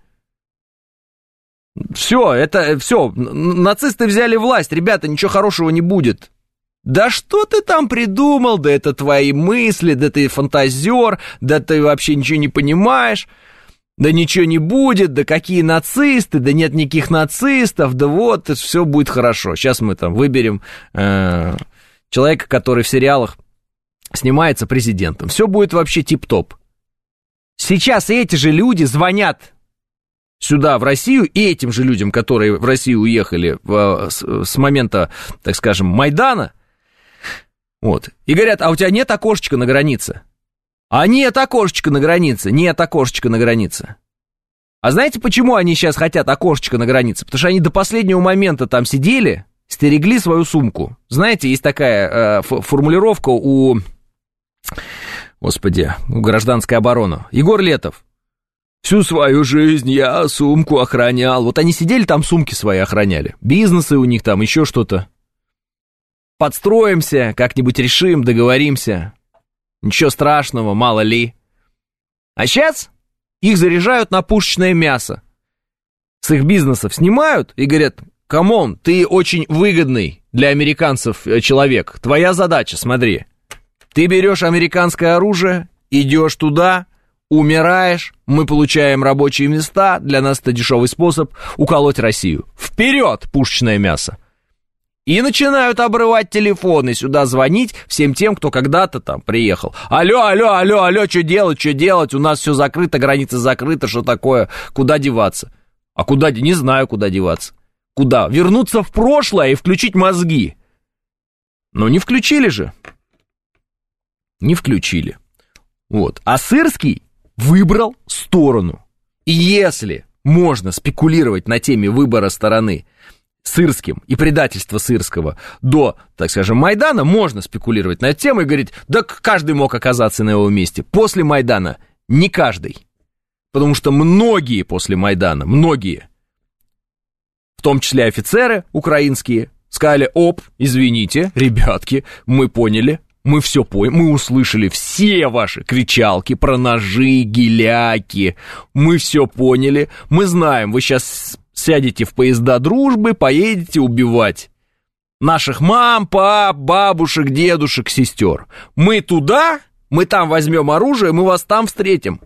Все, нацисты взяли власть, ребята, ничего хорошего не будет. Да что ты там придумал, да это твои мысли, да ты фантазер, да ты вообще ничего не понимаешь, да ничего не будет, да какие нацисты, да нет никаких нацистов, да вот, все будет хорошо. Сейчас мы там выберем человека, который в сериалах снимается президентом. Все будет вообще тип-топ. Сейчас эти же люди звонят сюда, в Россию, и этим же людям, которые в Россию уехали с момента, так скажем, Майдана, вот, и говорят: а у тебя нет окошечка на границе? А нет окошечка на границе, нет окошечка на границе. А знаете, почему они сейчас хотят окошечко на границе? Потому что они до последнего момента там сидели, стерегли свою сумку. Знаете, есть такая формулировка у гражданской обороны. Егор Летов: всю свою жизнь я сумку охранял. Вот они сидели там, сумки свои охраняли. Бизнесы у них там, еще что-то. подстроимся, как-нибудь решим, договоримся. Ничего страшного, мало ли. А сейчас их заряжают на пушечное мясо. С их бизнесов снимают и говорят: камон, ты очень выгодный для американцев человек. Твоя задача, смотри. Ты берешь американское оружие, идешь туда, умираешь, мы получаем рабочие места, для нас это дешевый способ уколоть Россию. Вперед, пушечное мясо! И начинают обрывать телефоны, сюда звонить всем тем, кто когда-то там приехал. Алло, что делать, у нас все закрыто, граница закрыта, что такое, куда деваться? А куда, не знаю, куда деваться. Куда? Вернуться в прошлое и включить мозги. Но не включили же. Не включили. Вот. А Сырский выбрал сторону. И если можно спекулировать на теме выбора стороны Сырским и предательства Сырского до, так скажем, Майдана, можно спекулировать на эту тему и говорить: да каждый мог оказаться на его месте. После Майдана не каждый. Потому что многие после Майдана, многие, в том числе офицеры украинские, сказали: оп, извините, ребятки, мы поняли, мы все поняли, мы услышали все ваши кричалки про ножи, геляки, мы все поняли, мы знаем, вы сейчас сядете в поезда дружбы, поедете убивать наших мам, пап, бабушек, дедушек, сестер. Мы туда, мы там возьмем оружие, мы вас там встретим.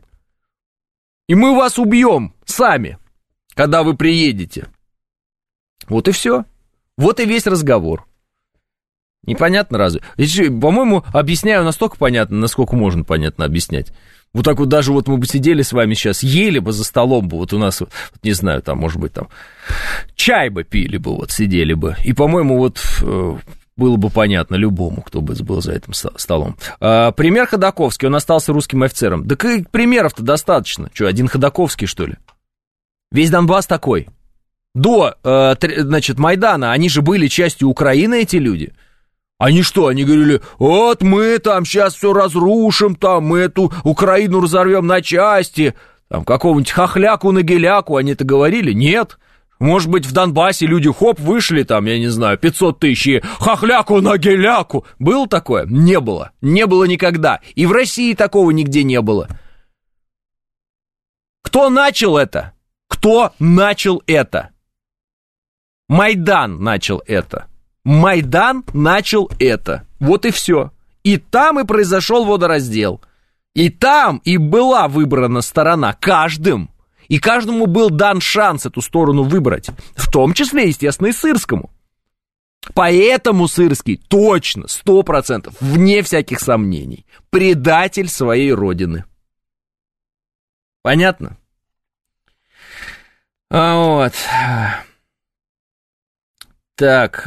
И мы вас убьем сами, когда вы приедете. Вот и все. Вот и весь разговор. Непонятно разве? По-моему, объясняю настолько понятно, насколько можно понятно объяснять. Вот так вот даже вот мы бы сидели с вами сейчас, ели бы за столом бы, вот у нас, вот, не знаю, там, может быть, там, чай бы пили бы, вот, сидели бы. И, по-моему, вот было бы понятно любому, кто бы был за этим столом. Пример Ходаковский, он остался русским офицером. Да примеров-то достаточно. Что, один Ходаковский, что ли? Весь Донбасс такой. До, значит, Майдана они же были частью Украины, эти люди. Они что, они говорили: вот мы там сейчас все разрушим, там мы эту Украину разорвем на части, там какого-нибудь хохляку на геляку, они это говорили? Нет. Может быть, в Донбассе люди хоп, вышли там, я не знаю, 500 тысяч и хохляку на геляку. Было такое? Не было. Не было никогда. И в России такого нигде не было. Кто начал это? Кто начал это? Майдан начал это. Майдан начал это. Вот и все. И там и произошел водораздел. И там и была выбрана сторона каждым. И каждому был дан шанс эту сторону выбрать. В том числе, естественно, и Сырскому. Поэтому Сырский точно, 100%, вне всяких сомнений, предатель своей родины. Понятно? Вот. Так,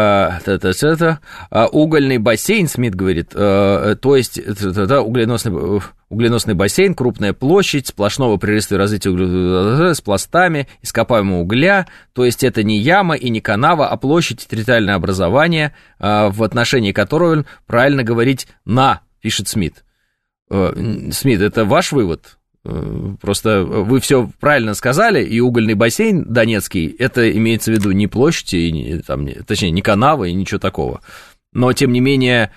угольный бассейн, Смит говорит, то есть угленосный бассейн, крупная площадь, сплошного прерывистого развития с пластами ископаемого угля, то есть это не яма и не канава, а площадь и территориальное образование, в отношении которого правильно говорить «на», пишет Смит. Смит, это ваш вывод? Просто вы все правильно сказали, и угольный бассейн донецкий, это имеется в виду не площадь, и, там, точнее, не канава и ничего такого. Но, тем не менее,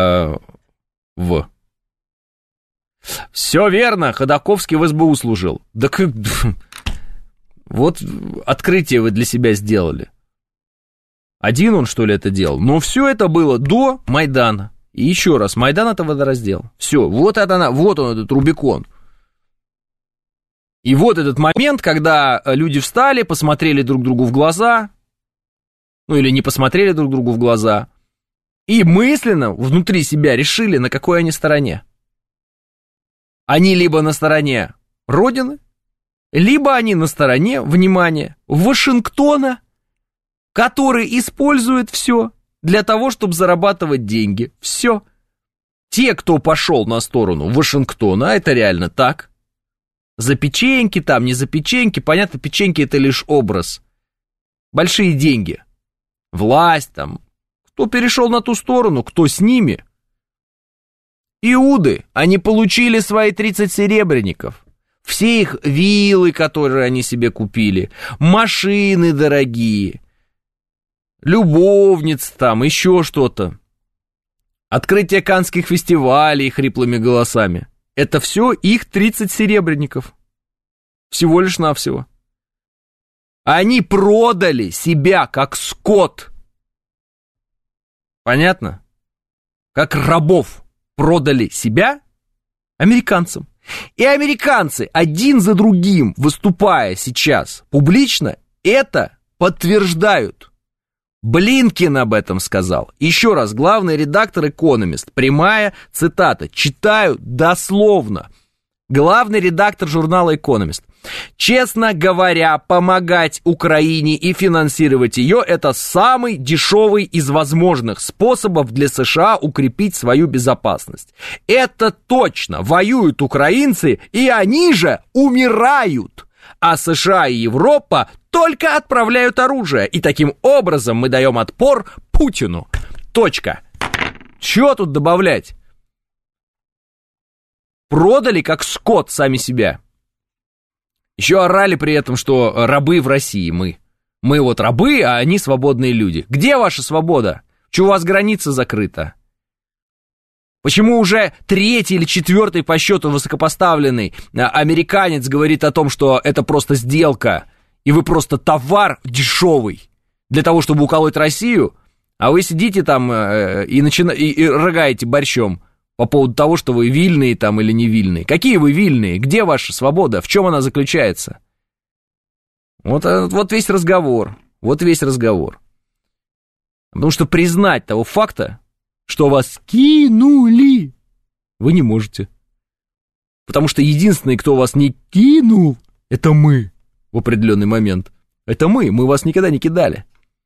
Все верно, Ходаковский в СБУ служил. Да вот открытие вы для себя сделали. Один он, что ли, это делал? Но все это было до Майдана. И еще раз, Майдан — это водораздел. Все, вот он, этот Рубикон. И вот этот момент, когда люди встали, посмотрели друг другу в глаза, ну или не посмотрели друг другу в глаза, и мысленно внутри себя решили, на какой они стороне. Они либо на стороне Родины, либо они на стороне, внимание, Вашингтона, который использует все для того, чтобы зарабатывать деньги. Все. Те, кто пошел на сторону Вашингтона, это реально так. За печеньки там, не за печеньки. Понятно, печеньки — это лишь образ. Большие деньги. Власть там. Кто перешел на ту сторону, кто с ними. Иуды, они получили свои 30 серебряников. Все их виллы, которые они себе купили. Машины дорогие. любовниц там, еще что-то. Открытие каннских фестивалей хриплыми голосами. Это все их 30 серебряников. Всего лишь навсего. Они продали себя как скот. Понятно? Как рабов продали себя американцам. И американцы один за другим, выступая сейчас публично, это подтверждают. Блинкен об этом сказал. Еще раз, главный редактор «Экономист». Прямая цитата. Читаю дословно. Главный редактор журнала «Экономист». Честно говоря, помогать Украине и финансировать ее – это самый дешевый из возможных способов для США укрепить свою безопасность. Это точно. Воюют украинцы, и они же умирают. А США и Европа только отправляют оружие. И таким образом мы даем отпор Путину. Точка. Чего тут добавлять? Продали как скот сами себя. Еще орали при этом, что рабы в России мы. Мы вот рабы, а они свободные люди. Где ваша свобода? Чего у вас граница закрыта? Почему уже третий или четвертый по счету высокопоставленный американец говорит о том, что это просто сделка, и вы просто товар дешевый для того, чтобы уколоть Россию, а вы сидите там и рыгаете борщом по поводу того, что вы вильные там или не вильные. Какие вы вильные? Где ваша свобода? В чем она заключается? Вот весь разговор. Вот весь разговор. Потому что признать того факта, что вас кинули, вы не можете. Потому что единственный, кто вас не кинул, это мы в определенный момент. Это мы вас никогда не кидали.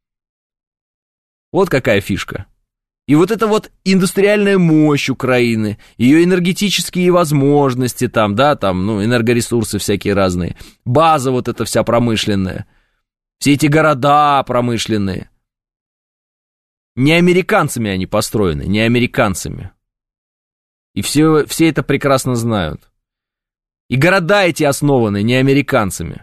Вот какая фишка. И вот эта вот индустриальная мощь Украины, ее энергетические возможности там, да, там, ну, энергоресурсы всякие разные, база вот эта вся промышленная, все эти города промышленные. Не американцами они построены, не американцами. И все это прекрасно знают. И города эти основаны не американцами.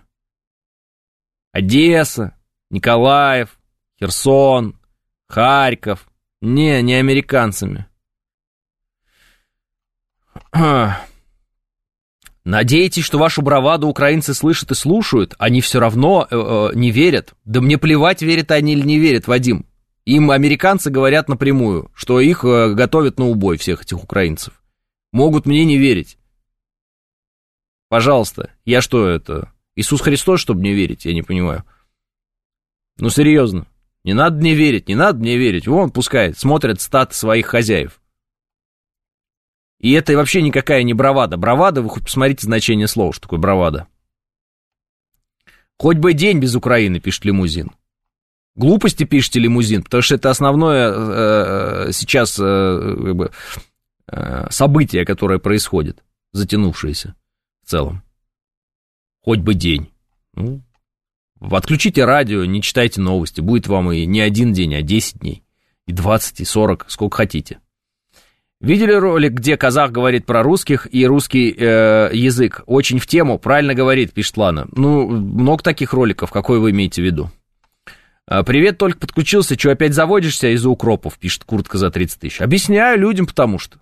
Одесса, Николаев, Херсон, Харьков. Не американцами. Надеетесь, что вашу браваду украинцы слышат и слушают? Они все равно не верят. Да мне плевать, верят они или не верят, Вадим. Им американцы говорят напрямую, что их готовят на убой, всех этих украинцев. Могут мне не верить. Пожалуйста, я что это, Иисус Христос, чтобы мне верить? Я не понимаю. Ну, серьезно. Не надо мне верить, не надо мне верить. Вон, пускай смотрят статы своих хозяев. И это вообще никакая не бравада. Бравада, вы хоть посмотрите значение слова, что такое бравада. Хоть бы день без Украины, пишет Лимузин. Глупости пишете, Лимузин, потому что это основное сейчас событие, которое происходит, затянувшееся в целом. Хоть бы день. Ну, отключите радио, не читайте новости, будет вам и не один день, а 10 дней, и 20, и 40, сколько хотите. Видели ролик, где казах говорит про русских и русский язык? Очень в тему, правильно говорит, пишет Лана. Ну, много таких роликов, какой вы имеете в виду? Привет, только подключился, что опять заводишься из-за укропов, пишет Куртка за 30 тысяч. Объясняю людям, потому что.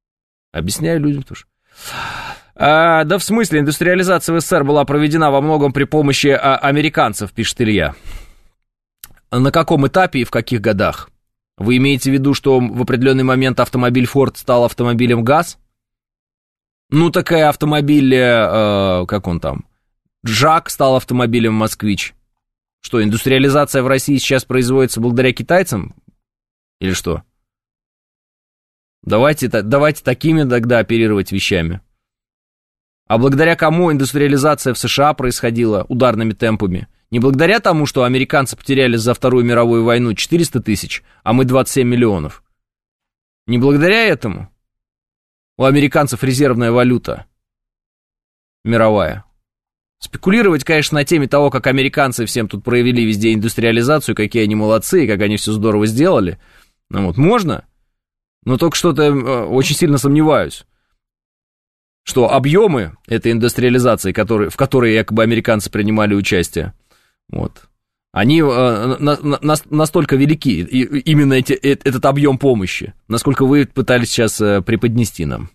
Да в смысле, индустриализация в СССР была проведена во многом при помощи американцев, пишет Илья. На каком этапе и в каких годах? Вы имеете в виду, что в определенный момент автомобиль Ford стал автомобилем ГАЗ? Ну, такая автомобиль, как он там, Жак стал автомобилем Москвич. Что, индустриализация в России сейчас производится благодаря китайцам? Или что? Давайте такими тогда оперировать вещами. А благодаря кому индустриализация в США происходила ударными темпами? Не благодаря тому, что американцы потеряли за Вторую мировую войну 400 тысяч, а мы 27 миллионов. Не благодаря этому. У американцев резервная валюта мировая. Спекулировать, конечно, на теме того, как американцы всем тут проявили везде индустриализацию, какие они молодцы, как они все здорово сделали, ну вот, можно, но только что-то очень сильно сомневаюсь, что объемы этой индустриализации, в которой якобы американцы принимали участие, вот, Они настолько велики, именно этот объем помощи, насколько вы пытались сейчас преподнести нам.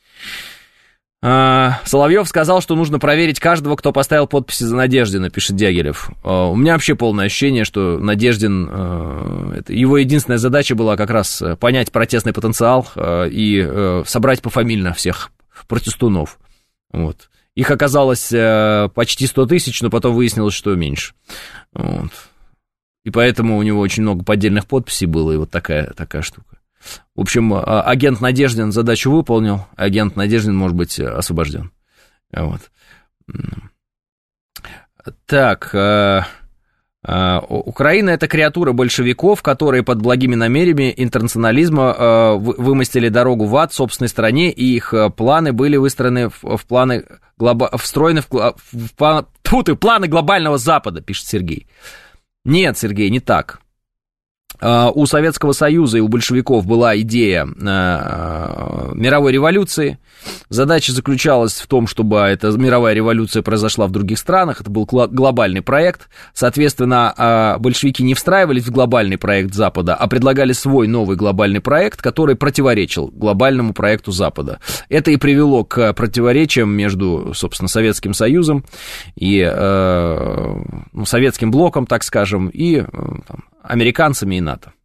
Соловьев сказал, что нужно проверить каждого, кто поставил подписи за Надеждина, пишет Дягилев. У меня вообще полное ощущение, что Надеждин, его единственная задача была как раз понять протестный потенциал и собрать пофамильно всех протестунов. Вот. Их оказалось почти 100 тысяч, но потом выяснилось, что меньше. Вот. И поэтому у него очень много поддельных подписей было, и вот такая штука. В общем, агент Надеждин задачу выполнил, агент Надеждин может быть освобожден. Вот. Так, Украина — это креатура большевиков, которые под благими намерениями интернационализма вымостили дорогу в ад в собственной стране, и их планы были выстроены встроены в планы глобального Запада, пишет Сергей. Нет, Сергей, не так. У Советского Союза и у большевиков была идея мировой революции. Задача заключалась в том, чтобы эта мировая революция произошла в других странах. Это был глобальный проект. Соответственно, большевики не встраивались в глобальный проект Запада, а предлагали свой новый глобальный проект, который противоречил глобальному проекту Запада. Это и привело к противоречиям между, собственно, Советским Союзом и Советским блоком, так скажем, и американцами и НАТО.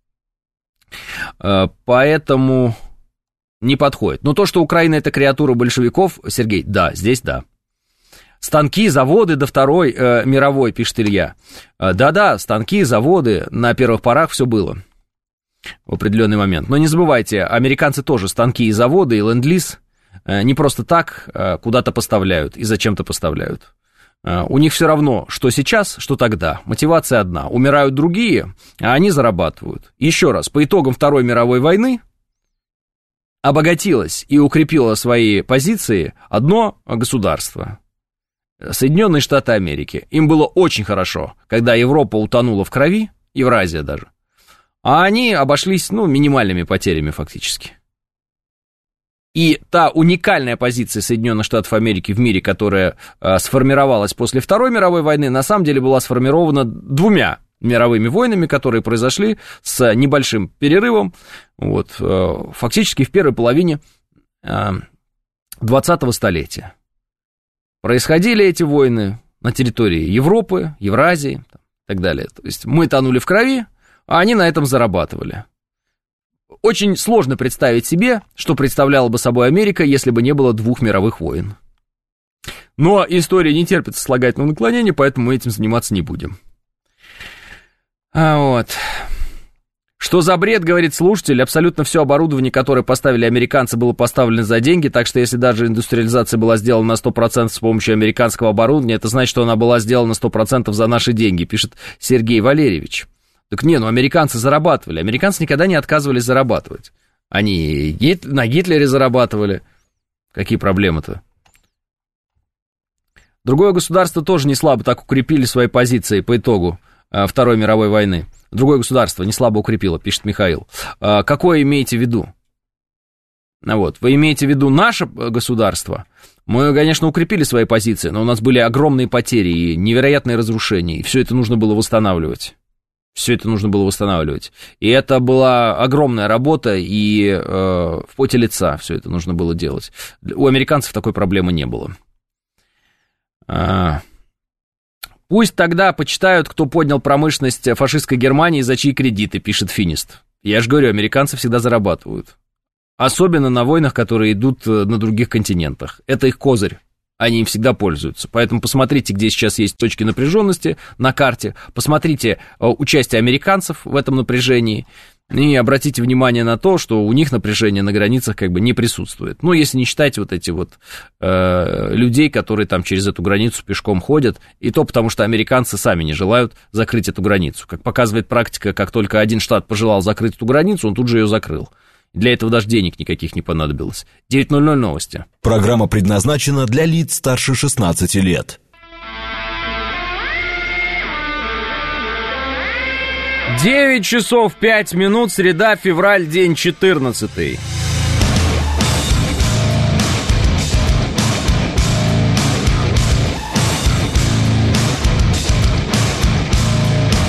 Поэтому не подходит. Но то, что Украина — это креатура большевиков, Сергей, да, здесь да. Станки, заводы до Второй мировой, пишет Илья. Да-да, станки, заводы, на первых порах все было в определенный момент. Но не забывайте, американцы тоже станки и заводы, и ленд-лиз не просто так куда-то поставляют и зачем-то поставляют. У них все равно, что сейчас, что тогда. Мотивация одна. Умирают другие, а они зарабатывают. Еще раз, по итогам Второй мировой войны обогатилось и укрепило свои позиции одно государство. Соединенные Штаты Америки. Им было очень хорошо, когда Европа утонула в крови, Евразия даже. А они обошлись, минимальными потерями фактически. И та уникальная позиция Соединенных Штатов Америки в мире, которая сформировалась после Второй мировой войны, на самом деле была сформирована двумя мировыми войнами, которые произошли с небольшим перерывом, фактически в первой половине 20-го столетия. Происходили эти войны на территории Европы, Евразии и так далее. То есть мы тонули в крови, а они на этом зарабатывали. Очень сложно представить себе, что представляла бы собой Америка, если бы не было двух мировых войн. Но история не терпит сослагательного наклонения, поэтому мы этим заниматься не будем. Что за бред, говорит слушатель, абсолютно все оборудование, которое поставили американцы, было поставлено за деньги, так что если даже индустриализация была сделана на 100% с помощью американского оборудования, это значит, что она была сделана на 100% за наши деньги, пишет Сергей Валерьевич. Так американцы зарабатывали. Американцы никогда не отказывались зарабатывать. Они на Гитлере зарабатывали. Какие проблемы-то? Другое государство тоже не слабо так укрепили свои позиции по итогу Второй мировой войны. Другое государство не слабо укрепило, пишет Михаил. Какое имеете в виду? Вы имеете в виду наше государство? Мы, конечно, укрепили свои позиции, но у нас были огромные потери и невероятные разрушения, и все это нужно было восстанавливать. И это была огромная работа, и в поте лица все это нужно было делать. У американцев такой проблемы не было. Пусть тогда почитают, кто поднял промышленность фашистской Германии, за чьи кредиты, пишет Финист. Я же говорю, американцы всегда зарабатывают. Особенно на войнах, которые идут на других континентах. Это их козырь. Они им всегда пользуются. Поэтому посмотрите, где сейчас есть точки напряженности на карте, посмотрите участие американцев в этом напряжении и обратите внимание на то, что у них напряжение на границах не присутствует. Если не считать этих людей, которые там через эту границу пешком ходят, и то потому, что американцы сами не желают закрыть эту границу. Как показывает практика, как только один штат пожелал закрыть эту границу, он тут же ее закрыл. Для этого даже денег никаких не понадобилось. 9:00 новости. Программа предназначена для лиц старше 16 лет. 9 часов 5 минут, среда, февраль, день 14.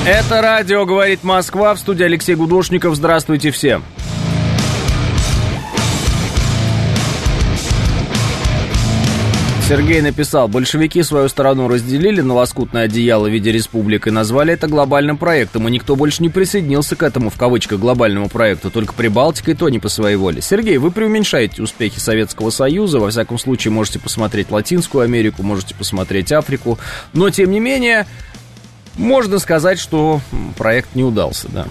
Это радио «Говорит Москва», в студии Алексей Гудошников. Здравствуйте всем. Сергей написал: большевики свою страну разделили на лоскутное одеяло в виде республик и назвали это глобальным проектом, и никто больше не присоединился к этому, в кавычках, глобальному проекту, только Прибалтика, и то не по своей воле. Сергей, вы преуменьшаете успехи Советского Союза, во всяком случае можете посмотреть Латинскую Америку, можете посмотреть Африку, но тем не менее можно сказать, что проект не удался, да.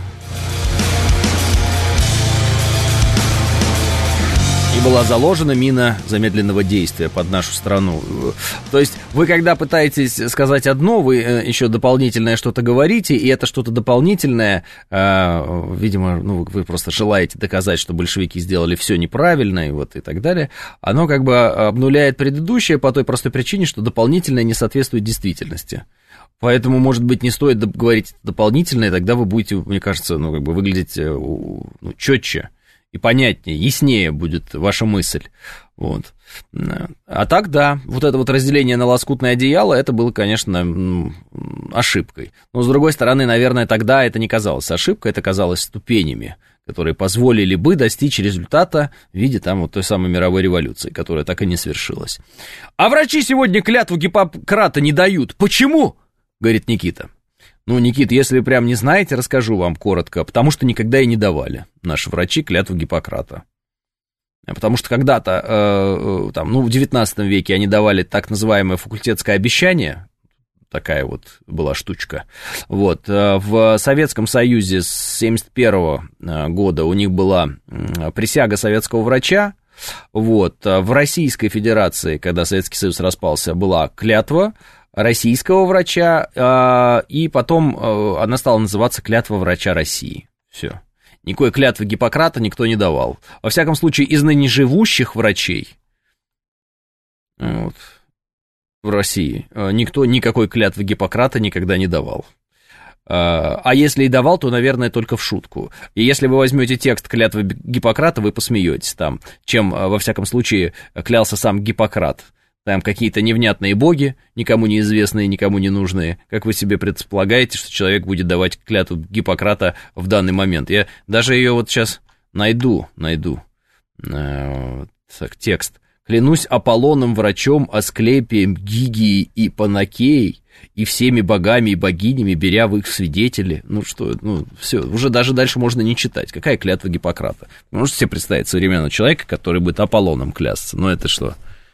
И была заложена мина замедленного действия под нашу страну. То есть вы, когда пытаетесь сказать одно, вы еще дополнительное что-то говорите, и это что-то дополнительное, видимо, ну, вы просто желаете доказать, что большевики сделали все неправильно, и вот и так далее, оно как бы обнуляет предыдущее по той простой причине, что дополнительное не соответствует действительности. Поэтому, может быть, не стоит говорить дополнительное, тогда вы будете, мне кажется, ну, как бы выглядеть четче и понятнее, яснее будет ваша мысль. Вот. А так, да, вот это вот разделение на лоскутное одеяло, это было, конечно, ошибкой. Но, с другой стороны, наверное, тогда это не казалось ошибкой, это казалось ступенями, которые позволили бы достичь результата в виде там вот той самой мировой революции, которая так и не свершилась. А врачи сегодня клятву Гиппократа не дают. Почему? Говорит Никита. Ну, Никит, если вы прям не знаете, расскажу вам коротко, потому что никогда и не давали наши врачи клятву Гиппократа. Потому что когда-то, в 19 веке они давали так называемое факультетское обещание, такая вот была штучка. Вот. В Советском Союзе с 1971 года у них была присяга советского врача. Вот. В Российской Федерации, когда Советский Союз распался, была клятва российского врача, и потом она стала называться клятва врача России. Все. Никакой клятвы Гиппократа никто не давал. Во всяком случае, из ныне живущих врачей вот, в России никто никакой клятвы Гиппократа никогда не давал. А если и давал, то, наверное, только в шутку. И если вы возьмете текст клятвы Гиппократа, вы посмеетесь там, чем, во всяком случае, клялся сам Гиппократ. Там какие-то невнятные боги, никому неизвестные, никому не нужные. Как вы себе предполагаете, что человек будет давать клятву Гиппократа в данный момент? Я даже ее вот сейчас найду. Так, текст. «Клянусь Аполлоном, врачом, Асклепием, Гигией и Панакеей, и всеми богами и богинями, беря в их свидетели». Все, уже даже дальше можно не читать. Какая клятва Гиппократа? Вы можете себе представить современного человека, который будет Аполлоном клясться? Ну, это что?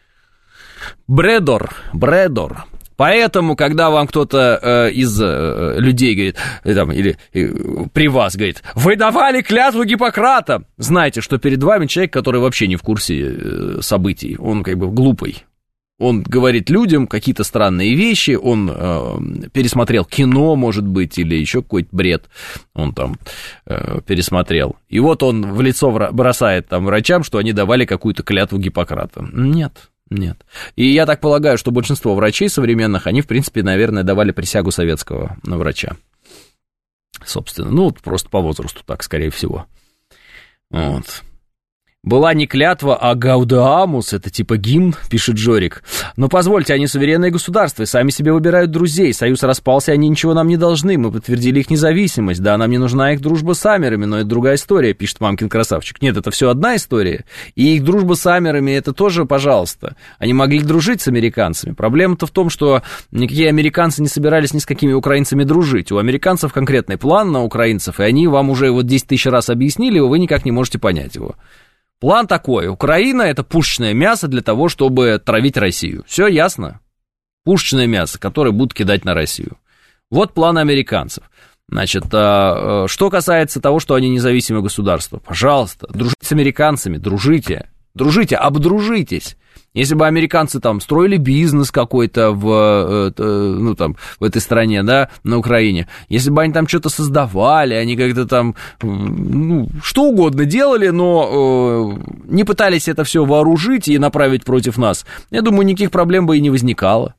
Бредор. Поэтому, когда вам кто-то из людей говорит, или при вас говорит, вы давали клятву Гиппократа, знайте, что перед вами человек, который вообще не в курсе событий, он как бы глупый. Он говорит людям какие-то странные вещи, он пересмотрел кино, может быть, или еще какой-то бред он там пересмотрел. И вот он в лицо бросает там врачам, что они давали какую-то клятву Гиппократа. Нет. И я так полагаю, что большинство врачей современных, они, в принципе, наверное, давали присягу советского врача. Собственно, просто по возрасту так, скорее всего. Вот. Была не клятва, а гаудеамус, это типа гимн, пишет Жорик. Но позвольте, они суверенные государства и сами себе выбирают друзей. Союз распался, они ничего нам не должны. Мы подтвердили их независимость. Да, нам не нужна их дружба с амерами, но это другая история, пишет мамкин красавчик. Нет, это все одна история. И их дружба с амерами, это тоже, пожалуйста. Они могли дружить с американцами. Проблема-то в том, что никакие американцы не собирались ни с какими украинцами дружить. У американцев конкретный план на украинцев, и они вам уже вот 10 тысяч раз объяснили, вы никак не можете понять его. План такой. Украина – это пушечное мясо для того, чтобы травить Россию. Все ясно? Пушечное мясо, которое будут кидать на Россию. Вот план американцев. Значит, что касается того, что они независимое государство, пожалуйста, дружите с американцами, дружите, обдружитесь. Если бы американцы там строили бизнес какой-то в этой стране, да, на Украине, если бы они там что-то создавали, они как-то там, что угодно делали, но не пытались это все вооружить и направить против нас, я думаю, никаких проблем бы и не возникало.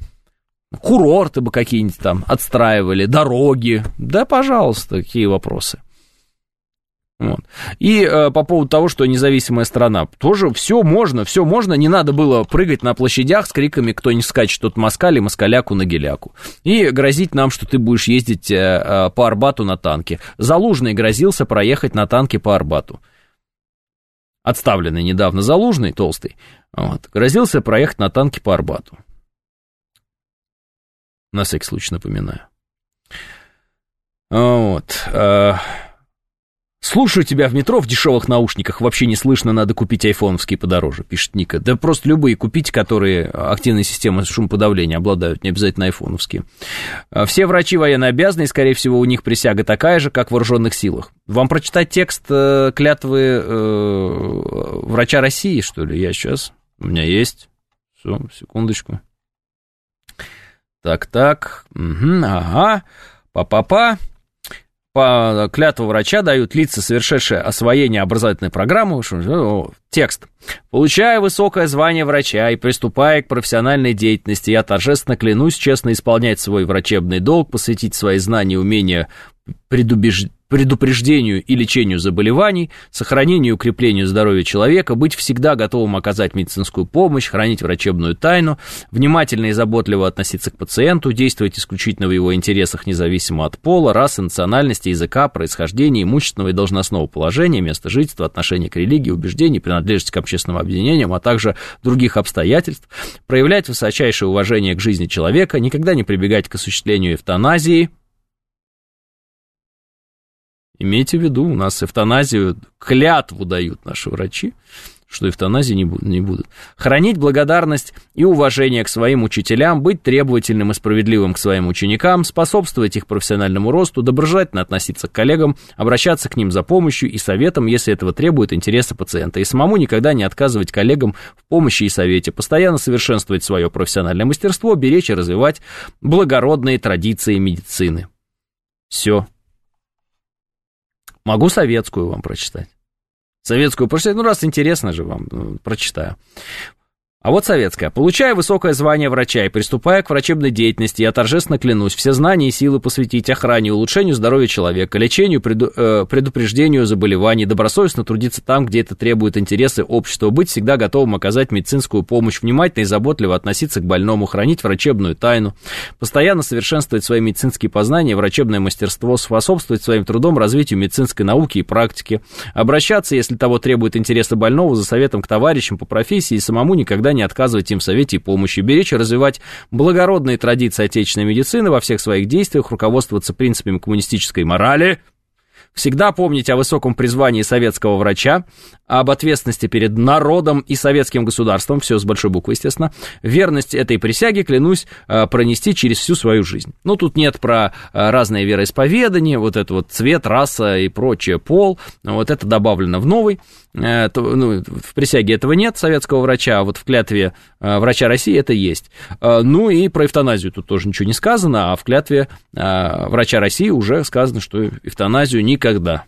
Курорты бы какие-нибудь там отстраивали, дороги, да, пожалуйста, какие вопросы. Вот. И по поводу того, что независимая страна, тоже все можно, не надо было прыгать на площадях с криками «кто не скачет, тот москаль» и «москаляку на геляку». И грозить нам, что ты будешь ездить по Арбату на танке. Залужный грозился проехать на танке по Арбату. Отставленный недавно Залужный, толстый, вот, грозился проехать на танке по Арбату. На всякий случай напоминаю. Вот. Слушаю тебя в метро в дешевых наушниках, вообще не слышно, надо купить айфоновские подороже, пишет Ника. Да просто любые купите, которые активной системой шумоподавления обладают, не обязательно айфоновские. Все врачи военнообязанные, скорее всего, у них присяга такая же, как в вооруженных силах. Вам прочитать текст клятвы врача России, что ли? Я сейчас, у меня есть. Все, секундочку. Так, ага, па-па-па. По клятву врача дают лица, совершившие освоение образовательной программы. Текст. Получая высокое звание врача и приступая к профессиональной деятельности, я торжественно клянусь честно исполнять свой врачебный долг, посвятить свои знания и умения предупреждению и лечению заболеваний, сохранению и укреплению здоровья человека, быть всегда готовым оказать медицинскую помощь, хранить врачебную тайну, внимательно и заботливо относиться к пациенту, действовать исключительно в его интересах независимо от пола, расы, национальности, языка, происхождения, имущественного и должностного положения, места жительства, отношения к религии, убеждений, принадлежности к общественным объединениям, а также других обстоятельств, проявлять высочайшее уважение к жизни человека, никогда не прибегать к осуществлению эвтаназии. Имейте в виду, у нас эвтаназию, клятву дают наши врачи, что эвтаназии не будут. Хранить благодарность и уважение к своим учителям, быть требовательным и справедливым к своим ученикам, способствовать их профессиональному росту, доброжелательно относиться к коллегам, обращаться к ним за помощью и советом, если этого требует интересы пациента, и самому никогда не отказывать коллегам в помощи и совете, постоянно совершенствовать свое профессиональное мастерство, беречь и развивать благородные традиции медицины. Все. Могу советскую вам прочитать. Советскую прочитать, раз интересно же вам, прочитаю. А вот советская. Получая высокое звание врача и приступая к врачебной деятельности, я торжественно клянусь все знания и силы посвятить охране, улучшению здоровья человека, лечению, предупреждению заболеваний, добросовестно трудиться там, где это требует интересы общества, быть всегда готовым оказать медицинскую помощь, внимательно и заботливо относиться к больному, хранить врачебную тайну, постоянно совершенствовать свои медицинские познания, врачебное мастерство, способствовать своим трудом развитию медицинской науки и практики, обращаться, если того требует интересы больного, за советом к товарищам по профессии и самому никогда не отказывать им в совете и помощи, беречь и развивать благородные традиции отечественной медицины во всех своих действиях, руководствоваться принципами коммунистической морали, всегда помнить о высоком призвании советского врача, об ответственности перед народом и советским государством, все с большой буквы, естественно, верность этой присяге клянусь пронести через всю свою жизнь. Ну, тут нет про разные вероисповедания, вот это вот цвет, раса и прочее, пол, вот это добавлено в новый. В присяге этого нет, советского врача, а вот в клятве врача России это есть. Ну и про эвтаназию тут тоже ничего не сказано, а в клятве врача России уже сказано, что эвтаназию никогда.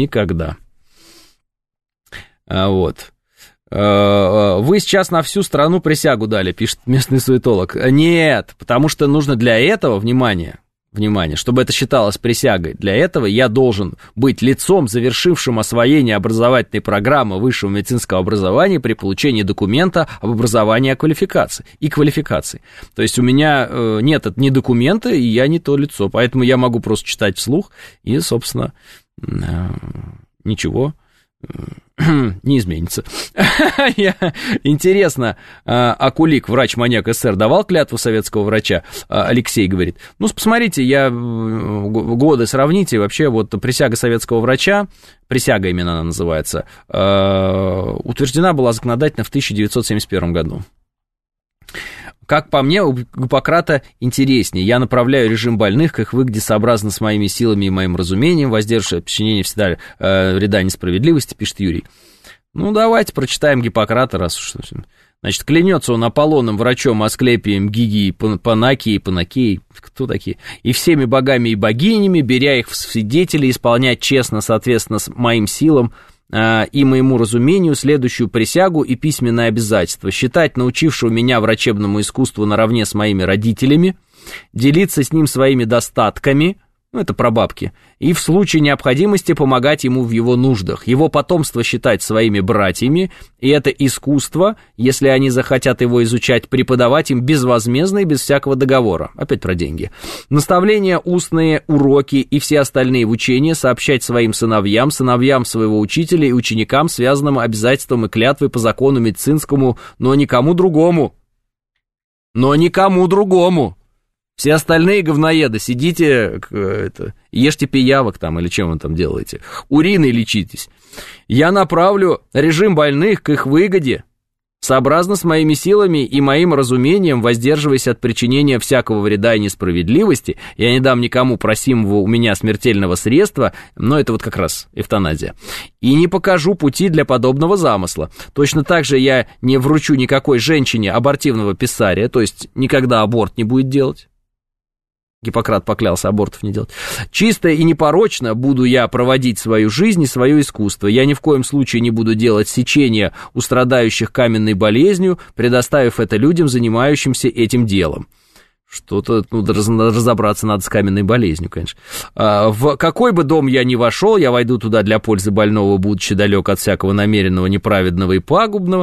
Вот. Вы сейчас на всю страну присягу дали, пишет местный суетолог. Нет, потому что нужно для этого, внимание, чтобы это считалось присягой, для этого я должен быть лицом, завершившим освоение образовательной программы высшего медицинского образования при получении документа об образовании и квалификации. То есть у меня нет ни документа, и я не то лицо, поэтому я могу просто читать вслух, и, собственно, ничего не изменится. Интересно, Акулик, врач-маньяк СССР, давал клятву советского врача? Алексей говорит. Ну, посмотрите, годы сравните. Вообще, вот присяга советского врача, присяга именно она называется, утверждена была законодательно в 1971 году. Как по мне, у Гиппократа интереснее. Я направляю режим больных к их выгоде сообразно с моими силами и моим разумением, воздерживая подчинение всегда вреда несправедливости, пишет Юрий. Ну, давайте прочитаем Гиппократа, раз уж... Значит, клянется он Аполлоном, врачом, Асклепием, Гигией, Панакией, кто такие? И всеми богами и богинями, беря их в свидетели, исполнять честно, соответственно, с моим силам, и моему разумению следующую присягу и письменное обязательство: считать научившего меня врачебному искусству наравне с моими родителями, делиться с ним своими достатками, это прабабки, и в случае необходимости помогать ему в его нуждах, его потомство считать своими братьями, и это искусство, если они захотят его изучать, преподавать им безвозмездно и без всякого договора. Опять про деньги. Наставления, устные, уроки и все остальные в учении сообщать своим сыновьям, сыновьям своего учителя и ученикам, связанным обязательством и клятвой по закону медицинскому, но никому другому. Но никому другому. Все остальные говноеды, сидите, ешьте пиявок там, или чем вы там делаете, уриной лечитесь. Я направлю режим больных к их выгоде, сообразно с моими силами и моим разумением, воздерживаясь от причинения всякого вреда и несправедливости. Я не дам никому просимого у меня смертельного средства, но это вот как раз эвтаназия. И не покажу пути для подобного замысла. Точно так же я не вручу никакой женщине абортивного писария, то есть никогда аборт не будет делать. Гиппократ поклялся абортов не делать. Чисто и непорочно буду я проводить свою жизнь и свое искусство. Я ни в коем случае не буду делать сечения у страдающих каменной болезнью, предоставив это людям, занимающимся этим делом. Что-то, разобраться надо с каменной болезнью, конечно. В какой бы дом я ни вошел, я войду туда для пользы больного, будучи далек от всякого намеренного, неправедного и пагубного.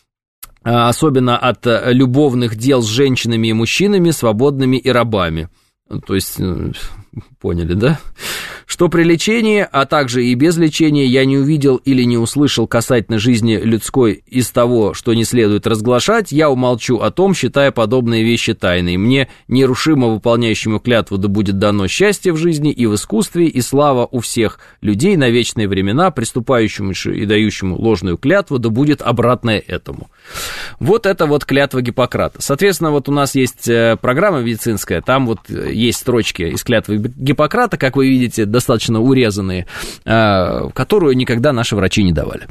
Особенно от любовных дел с женщинами и мужчинами, свободными и рабами. То есть, поняли, да? Что при лечении, а также и без лечения я не увидел или не услышал касательно жизни людской из того, что не следует разглашать, я умолчу о том, считая подобные вещи тайной. Мне, нерушимо выполняющему клятву, да будет дано счастье в жизни и в искусстве, и слава у всех людей на вечные времена, приступающему и дающему ложную клятву, да будет обратное этому. Вот это вот клятва Гиппократа. Соответственно, вот у нас есть программа медицинская, там вот есть строчки из клятвы Гиппократа, как вы видите, достаточно урезанные, которую никогда наши врачи не давали.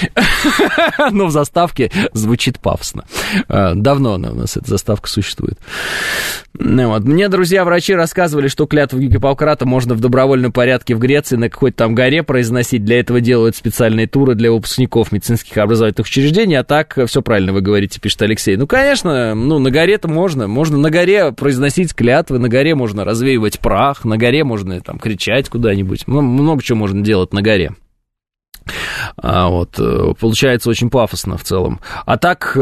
Но в заставке звучит пафосно. Давно у нас эта заставка существует. Вот. Мне друзья-врачи рассказывали, что клятву Гиппократа можно в добровольном порядке в Греции на какой-то там горе произносить. Для этого делают специальные туры для выпускников медицинских образовательных учреждений. А так, все правильно вы говорите, пишет Алексей. Ну, конечно, на горе-то можно. Можно на горе произносить клятвы, на горе можно развеивать прах, на горе можно там кричать куда-нибудь. Много чего можно делать на горе. Вот, получается очень пафосно в целом. А так,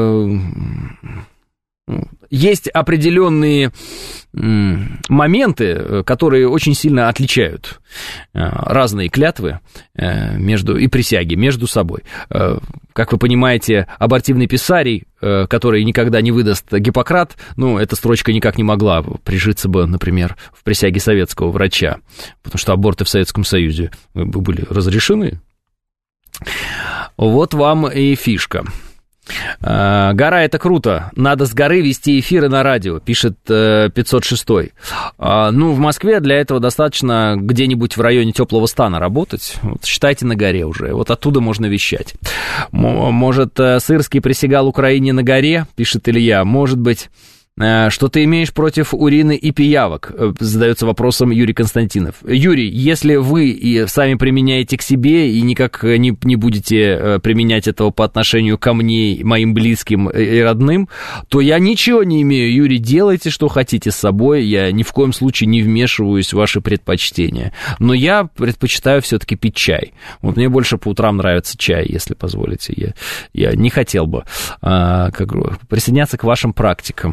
есть определенные моменты, которые очень сильно отличают разные клятвы и присяги между собой. Как вы понимаете, абортивный писарий, который никогда не выдаст Гиппократ, эта строчка никак не могла прижиться бы, например, в присяге советского врача, потому что аборты в Советском Союзе были разрешены. Вот вам и фишка. Гора — это круто, надо с горы вести эфиры на радио, пишет 506. В Москве для этого достаточно где-нибудь в районе теплого стана работать, вот, считайте, на горе уже, вот оттуда можно вещать. Может, Сырский присягал Украине на горе, пишет Илья, может быть... Что ты имеешь против урины и пиявок? Задается вопросом Юрий Константинов. Юрий, если вы и сами применяете к себе и никак не будете применять этого по отношению ко мне, моим близким и родным, то я ничего не имею. Юрий, делайте, что хотите с собой. Я ни в коем случае не вмешиваюсь в ваши предпочтения. Но я предпочитаю все-таки пить чай. Вот мне больше по утрам нравится чай, если позволите. Я не хотел бы присоединяться к вашим практикам.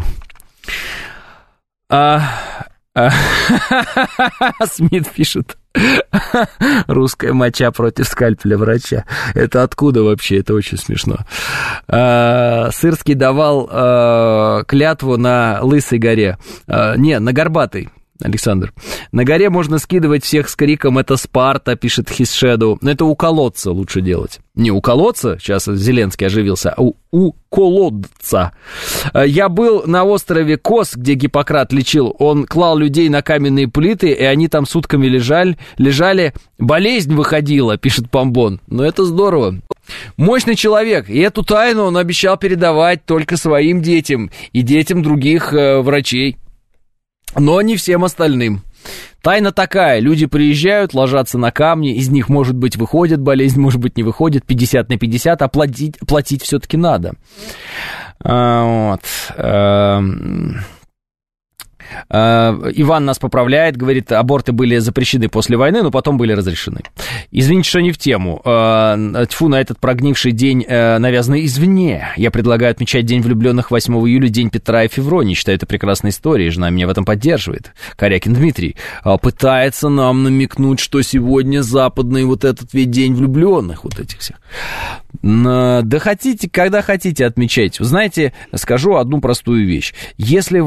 Смит пишет: русская моча против скальпеля врача. Это откуда вообще? Это очень смешно. Сырский давал клятву на Лысой горе. На Горбатой. Александр. На горе можно скидывать всех с криком «Это Спарта», пишет Хисшеду. Но это у колодца лучше делать. Не у колодца, сейчас Зеленский оживился, а у колодца. Я был на острове Кос, где Гиппократ лечил. Он клал людей на каменные плиты, и они там сутками лежали. Болезнь выходила, пишет Помбон. Но это здорово. Мощный человек, и эту тайну он обещал передавать только своим детям и детям других врачей. Но не всем остальным. Тайна такая, люди приезжают, ложатся на камни, из них, может быть, выходит болезнь, может быть, не выходит, 50 на 50, а платить все-таки надо. Вот. Иван нас поправляет, говорит, аборты были запрещены после войны, но потом были разрешены. Извините, что не в тему. Тьфу на этот прогнивший день, навязанный извне. Я предлагаю отмечать День влюбленных 8 июля, День Петра и Февронии. Считаю это прекрасной историей, жена меня в этом поддерживает. Корякин Дмитрий пытается нам намекнуть, что сегодня западный вот этот ведь День влюбленных, вот этих всех. Да хотите, когда хотите, отмечайте. Вы знаете, скажу одну простую вещь. Если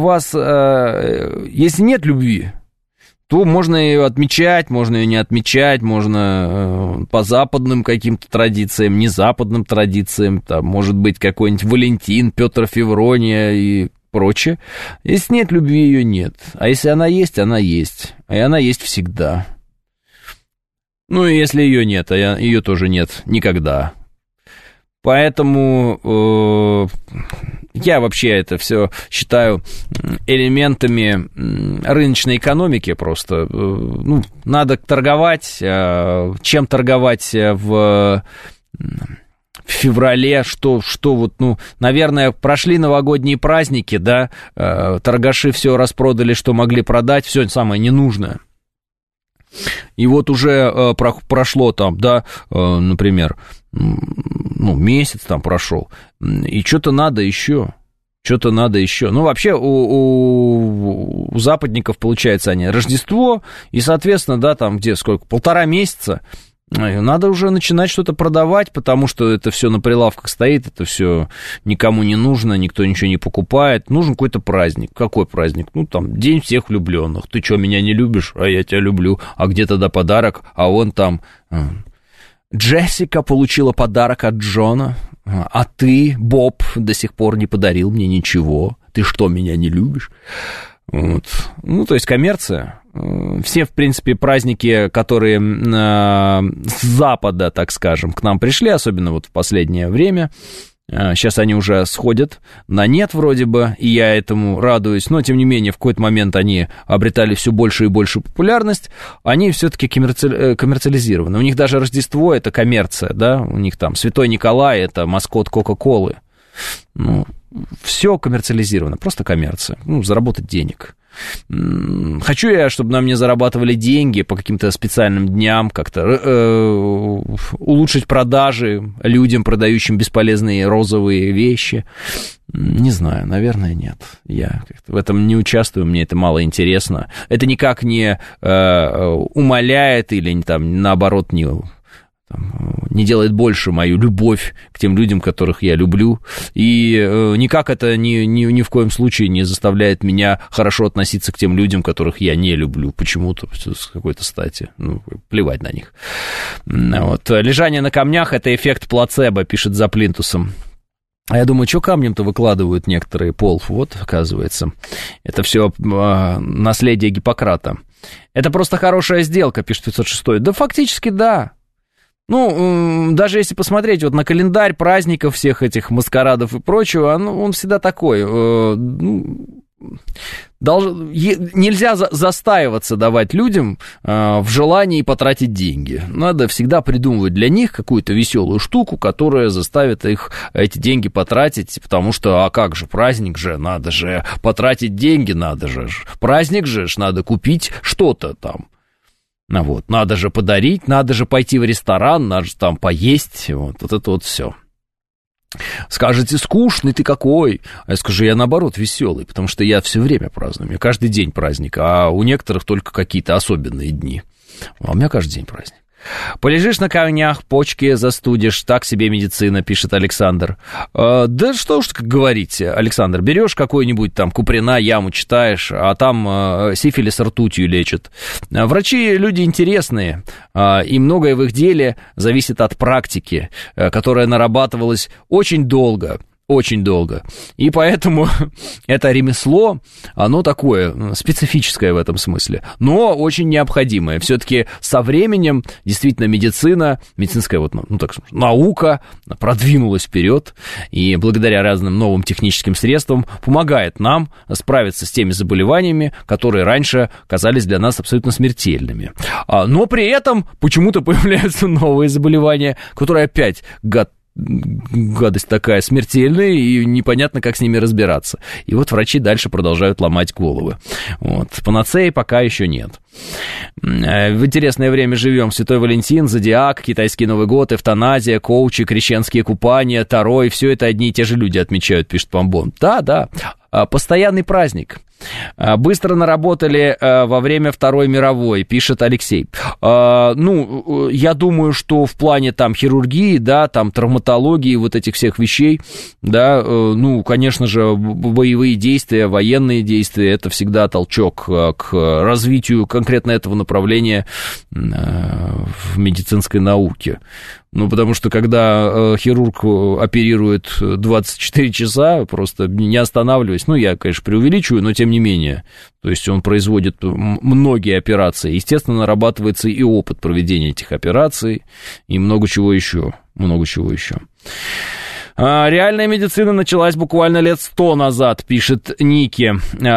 нет любви, то можно ее отмечать, можно ее не отмечать, можно по западным каким-то традициям, не западным традициям, там, может быть, какой-нибудь Валентин, Петр, Феврония и прочее. Если нет любви, ее нет. А если она есть, она есть. И она есть всегда. Ну, и если ее нет, а ее тоже нет никогда. Поэтому я вообще это все считаю элементами рыночной экономики просто. Ну, надо торговать. Чем торговать в феврале, что вот, ну, наверное, прошли новогодние праздники, да, торгаши все распродали, что могли продать, все самое ненужное. И вот уже прошло там, да, например, ну, месяц там прошел, и что-то надо еще. Ну, вообще, у западников, получается, они Рождество, и, соответственно, да, там где сколько, 1,5 месяца, надо уже начинать что-то продавать, потому что это все на прилавках стоит, это все никому не нужно, никто ничего не покупает. Нужен какой-то праздник. Какой праздник? Ну, там, День всех влюбленных. Ты что, меня не любишь? А я тебя люблю. А где тогда подарок? А он там... Джессика получила подарок от Джона, а ты, Боб, до сих пор не подарил мне ничего. Ты что, меня не любишь? Вот. Ну, то есть коммерция. Все, в принципе, праздники, которые с Запада, так скажем, к нам пришли, особенно вот в последнее время, сейчас они уже сходят на нет вроде бы, и я этому радуюсь, но, тем не менее, в какой-то момент они обретали все больше и больше популярность, они все-таки коммерциализированы. У них даже Рождество — это коммерция, да, у них там Святой Николай — это маскот Кока-Колы. Ну, все коммерциализировано, просто коммерция, ну, заработать денег. Хочу я, чтобы на мне зарабатывали деньги по каким-то специальным дням, как-то улучшить продажи людям, продающим бесполезные розовые вещи. Не знаю, наверное, нет. Я в этом не участвую, мне это мало интересно. Это никак не умаляет или там, наоборот, не делает больше мою любовь к тем людям, которых я люблю, и никак это ни в коем случае не заставляет меня хорошо относиться к тем людям, которых я не люблю, почему-то, с какой-то стати, ну, плевать на них. Вот. Лежание на камнях — это эффект плацебо, пишет за плинтусом. А я думаю, что камнем-то выкладывают некоторые пол? Вот, оказывается, это все наследие Гиппократа. Это просто хорошая сделка, пишет 506. Да, фактически, да. Ну, даже если посмотреть вот на календарь праздников всех этих маскарадов и прочего, он всегда такой. Нельзя застаиваться давать людям в желании потратить деньги. Надо всегда придумывать для них какую-то веселую штуку, которая заставит их эти деньги потратить, потому что, а как же, праздник же, надо же потратить деньги, надо же, праздник же, надо купить что-то там. Вот, надо же подарить, надо же пойти в ресторан, надо же там поесть, вот это вот все. Скажете, скучный ты какой? А я скажу, я наоборот веселый, потому что я все время праздную, у меня каждый день праздник, а у некоторых только какие-то особенные дни. А у меня каждый день праздник. Полежишь на камнях, почки застудишь, так себе медицина, пишет Александр. Да что уж как говорить, Александр, берешь какой-нибудь там Куприна, яму читаешь, а там сифилис ртутью лечат. Врачи люди интересные, и многое в их деле зависит от практики, которая нарабатывалась очень долго. Очень долго. И поэтому это ремесло, оно такое специфическое в этом смысле, но очень необходимое. Все-таки со временем действительно медицинская вот, ну, так, наука продвинулась вперед, и благодаря разным новым техническим средствам помогает нам справиться с теми заболеваниями, которые раньше казались для нас абсолютно смертельными. Но при этом почему-то появляются новые заболевания, которые опять гадость такая смертельная, и непонятно, как с ними разбираться. И вот врачи дальше продолжают ломать головы. Вот. Панацеи пока еще нет. В интересное время живем. Святой Валентин, Зодиак, китайский Новый год, эвтаназия, коучи, крещенские купания, Таро, и все это одни и те же люди отмечают, пишет Помбон. Да, постоянный праздник. Быстро наработали во время Второй мировой, пишет Алексей. Я думаю, что в плане там хирургии, да, там травматологии, вот этих всех вещей, да, конечно же, боевые действия, военные действия, это всегда толчок к развитию конкретно этого направления в медицинской науке. Потому что когда хирург оперирует 24 часа, просто не останавливаясь, я, конечно, преувеличиваю, но тем не менее, то есть он производит многие операции, естественно, нарабатывается и опыт проведения этих операций, и много чего еще. Реальная медицина началась буквально лет 100 назад, пишет Ники.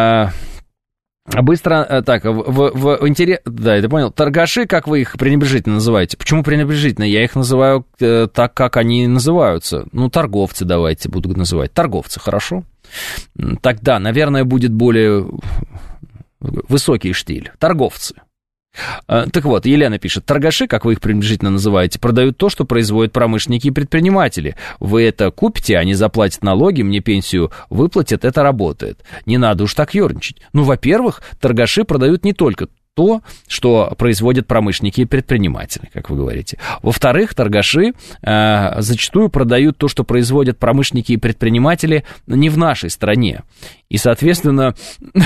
Быстро, так, да, я понял. Торгаши, как вы их пренебрежительно называете? Почему пренебрежительно? Я их называю так, как они называются. Торговцы давайте буду называть. Торговцы, хорошо? Тогда, наверное, будет более высокий штиль. Торговцы. Так вот, Елена пишет, торгаши, как вы их пренебрежительно называете, продают то, что производят промышленники и предприниматели. Вы это купите, они заплатят налоги, мне пенсию выплатят, это работает. Не надо уж так ерничать. Во-первых, торгаши продают не только то, что производят промышленники и предприниматели, как вы говорите. Во-вторых, торгаши зачастую продают то, что производят промышленники и предприниматели не в нашей стране. И, соответственно,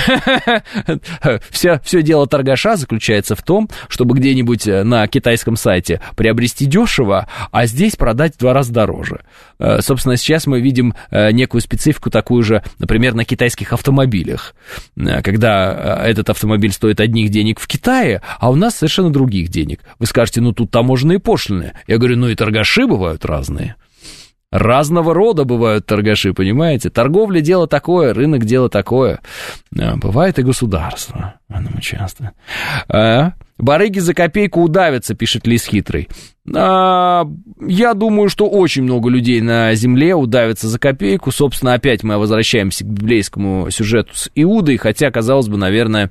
все дело торгаша заключается в том, чтобы где-нибудь на китайском сайте приобрести дешево, а здесь продать в 2 раза дороже. Собственно, сейчас мы видим некую специфику такую же, например, на китайских автомобилях, когда этот автомобиль стоит одних денег в Китае, а у нас совершенно других денег. Вы скажете, тут таможенные пошлины. Я говорю, и торгаши бывают разные. Разного рода бывают торгаши, понимаете? Торговля – дело такое, рынок – дело такое. Бывает и государство. Оно часто. Барыги за копейку удавятся, пишет Лис Хитрый. Я думаю, что очень много людей на земле удавятся за копейку. Собственно, опять мы возвращаемся к библейскому сюжету с Иудой, хотя, казалось бы, наверное,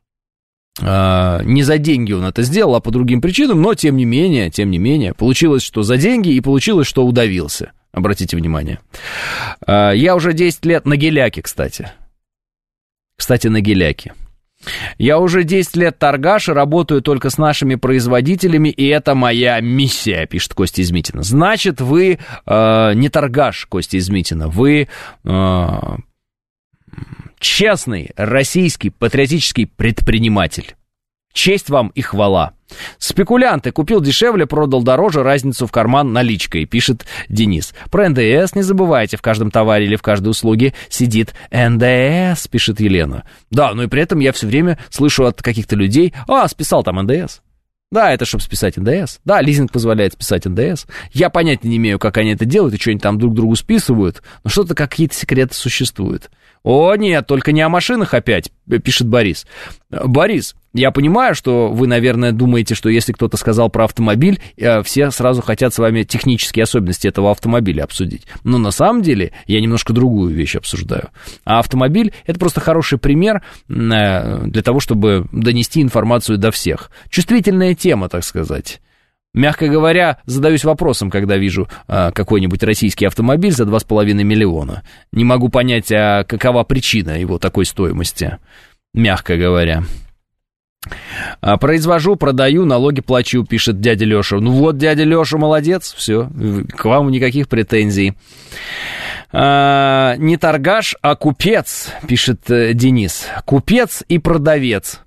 не за деньги он это сделал, а по другим причинам, но тем не менее, получилось, что за деньги, и получилось, что удавился. Обратите внимание. Я уже 10 лет на геляке, кстати. На геляке. Я уже 10 лет торгаш и работаю только с нашими производителями, и это моя миссия, пишет Костя Измитина. Значит, вы не торгаш, Костя Измитина, вы честный российский патриотический предприниматель. Честь вам и хвала. Спекулянты. Купил дешевле, продал дороже, разницу в карман наличкой, пишет Денис. Про НДС не забывайте, в каждом товаре или в каждой услуге сидит НДС, пишет Елена. Да, но и при этом я все время слышу от каких-то людей, списал там НДС. Да, это чтобы списать НДС. Да, лизинг позволяет списать НДС. Я понятия не имею, как они это делают и что они там друг другу списывают, но что-то какие-то секреты существуют. О, нет, только не о машинах опять, пишет Борис. Борис, я понимаю, что вы, наверное, думаете, что если кто-то сказал про автомобиль, все сразу хотят с вами технические особенности этого автомобиля обсудить. Но на самом деле я немножко другую вещь обсуждаю. А автомобиль — это просто хороший пример для того, чтобы донести информацию до всех. Чувствительная тема, так сказать. Мягко говоря, задаюсь вопросом, когда вижу какой-нибудь российский автомобиль за 2,5 миллиона. Не могу понять, какова причина его такой стоимости, мягко говоря. Произвожу, продаю, налоги плачу, пишет дядя Леша. Дядя Леша молодец, все, к вам никаких претензий. Не торгаш, а купец, пишет Денис. Купец и продавец.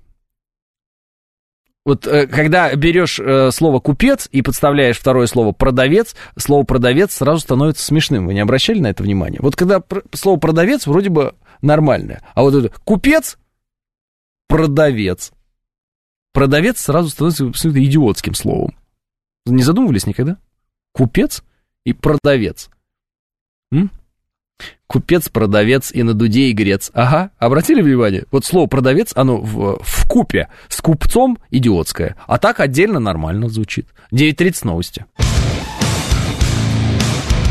Когда берешь слово «купец» и подставляешь второе слово «продавец», слово «продавец» сразу становится смешным. Вы не обращали на это внимания? Когда слово «продавец» вроде бы нормальное, а вот это «купец», «продавец». Продавец сразу становится абсолютно идиотским словом. Не задумывались никогда? Купец и продавец. Купец, продавец и на дуде и грец. Ага, обратили внимание? Слово «продавец», оно в купе с купцом идиотское, а так отдельно нормально звучит. 9:30 новости.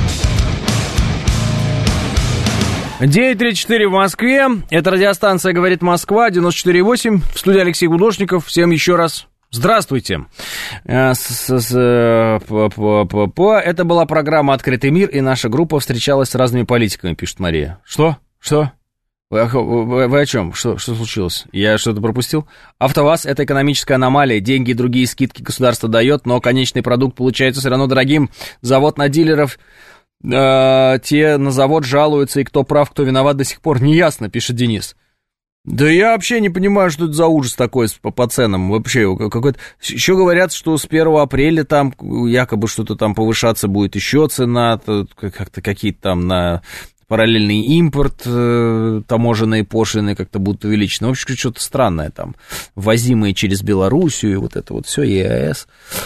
9:34 в Москве. Это радиостанция «Говорит Москва», 94,8. В студии Алексей Гудошников. Всем еще раз здравствуйте. Это была программа «Открытый мир», и наша группа встречалась с разными политиками, пишет Мария. Что? Вы о чем? Что случилось? Я что-то пропустил? АвтоВАЗ – это экономическая аномалия. Деньги и другие скидки государство дает, но конечный продукт получается все равно дорогим. Завод на дилеров... те на завод жалуются, и кто прав, кто виноват, до сих пор не ясно, пишет Денис. Да я вообще не понимаю, что это за ужас такой по ценам. Вообще, какой-то... Еще говорят, что с 1 апреля там якобы что-то там повышаться будет еще цена, как-то какие-то там на параллельный импорт, таможенные пошлины как-то будут увеличены. В общем, что-то странное там, ввозимые через Белоруссию, вот это вот все, ЕАЭС.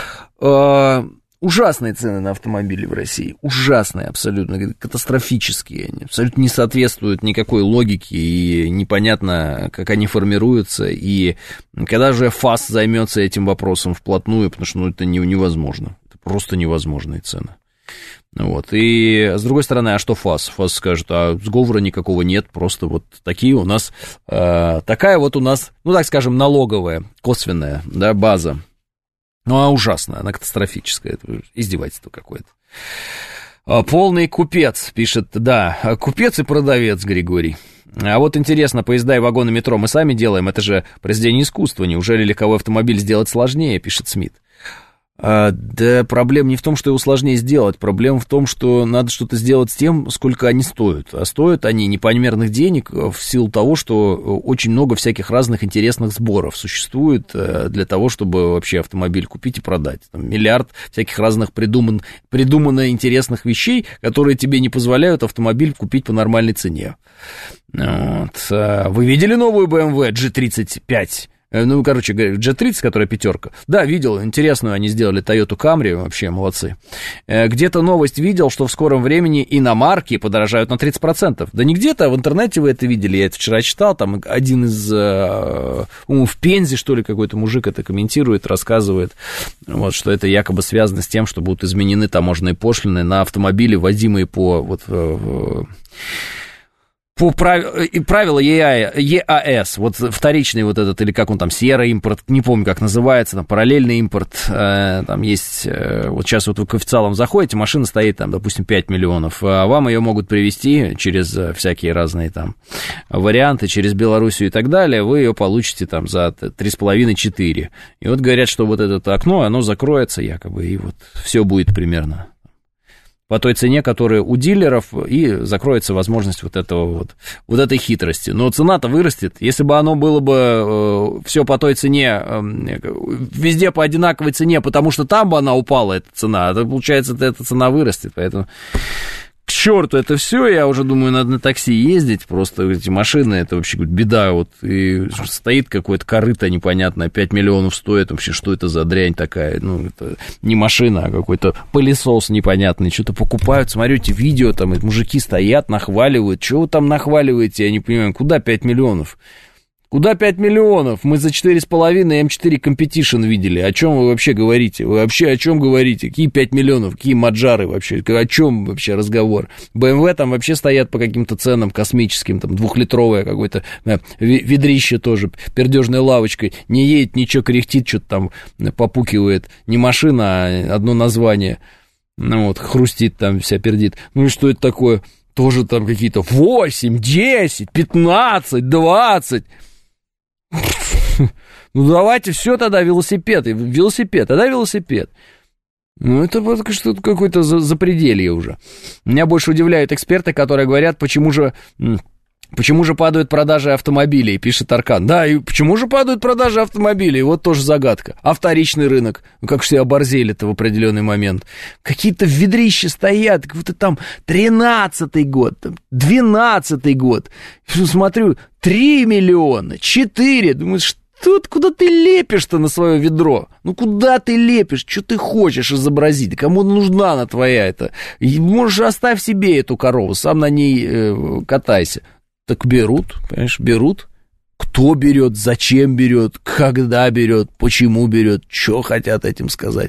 Ужасные цены на автомобили в России, ужасные абсолютно, катастрофические, они абсолютно не соответствуют никакой логике, и непонятно, как они формируются, и когда же ФАС займется этим вопросом вплотную, потому что это невозможно, это просто невозможные цены. Вот. И с другой стороны, а что ФАС? ФАС скажет, а сговора никакого нет, просто вот такие у нас, такая вот у нас, ну так скажем, налоговая, косвенная, да, база. Ну, она ужасная, она катастрофическая, это издевательство какое-то. Полный купец, пишет, да, купец и продавец Григорий. А вот интересно, поезда и вагоны метро мы сами делаем, это же произведение искусства, неужели легковой автомобиль сделать сложнее, пишет Смит. Да проблема не в том, что его сложнее сделать, проблема в том, что надо что-то сделать с тем, сколько они стоят. А стоят они непомерных денег в силу того, что очень много всяких разных интересных сборов существует для того, чтобы вообще автомобиль купить и продать. Там миллиард всяких разных придуманно интересных вещей, которые тебе не позволяют автомобиль купить по нормальной цене. Вот. Вы видели новую BMW G35? Ну, короче, G30, которая пятерка. Да, видел, интересную они сделали Toyota Camry, вообще молодцы. Где-то новость видел, что в скором времени иномарки подорожают на 30%. Да не где-то, в интернете вы это видели, я это вчера читал, там один из, в Пензе, что ли, какой-то мужик это комментирует, рассказывает, вот, что это якобы связано с тем, что будут изменены таможенные пошлины на автомобили, ввозимые по правила ЕАЭС, вот вторичный вот этот, или как он там, серый импорт, не помню, как называется, там, параллельный импорт, там есть, вот сейчас вот вы к официалам заходите, машина стоит там, допустим, 5 миллионов, а вам ее могут привезти через всякие разные там варианты, через Белоруссию и так далее, вы ее получите там за 3,5-4. И вот говорят, что вот это окно, оно закроется якобы, и вот все будет примерно по той цене, которая у дилеров, и закроется возможность вот этой хитрости. Но цена-то вырастет. Если бы оно было бы все по той цене, везде по одинаковой цене, потому что там бы она упала, эта цена, то, получается, эта цена вырастет. Поэтому к черту это все, я уже думаю, надо на такси ездить, просто эти машины, это вообще беда, вот, и стоит какое-то корыто непонятное, 5 миллионов стоит, вообще, что это за дрянь такая, ну, это не машина, а какой-то пылесос непонятный, что-то покупают, смотрю эти видео, там, мужики стоят, нахваливают, что вы там нахваливаете, я не понимаю, куда 5 миллионов? Куда 5 миллионов? Мы за 4,5 М4 Competition видели. О чем вы вообще говорите? Вы вообще о чем говорите? Какие 5 миллионов? Какие маджары вообще? О чем вообще разговор? BMW там вообще стоят по каким-то ценам космическим. Там 2-литровое какое-то ведрище тоже, пердежной лавочкой. Не едет, ничего, кряхтит, что-то там попукивает. Не машина, а одно название. Ну вот, хрустит там, вся пердит. Ну и что это такое? Тоже там какие-то 8, 10, 15, 20... Ну, давайте все тогда велосипед, тогда велосипед. Ну, это вот что-то какое-то запределье уже. Меня больше удивляют эксперты, которые говорят, почему же падают продажи автомобилей, пишет Аркан. Да, и почему же падают продажи автомобилей? Вот тоже загадка. А вторичный рынок? Ну, как все оборзели-то в определенный момент. Какие-то ведрища стоят, какой-то там 13-й год, 12-й год. Смотрю, 3 миллиона, 4. Думаю, куда ты лепишь-то на свое ведро? Ну, куда ты лепишь? Что ты хочешь изобразить? Да кому нужна она твоя эта? Можешь оставь себе эту корову, сам на ней катайся. Так берут, понимаешь, берут. Кто берет, зачем берет, когда берет, почему берет, что хотят этим сказать.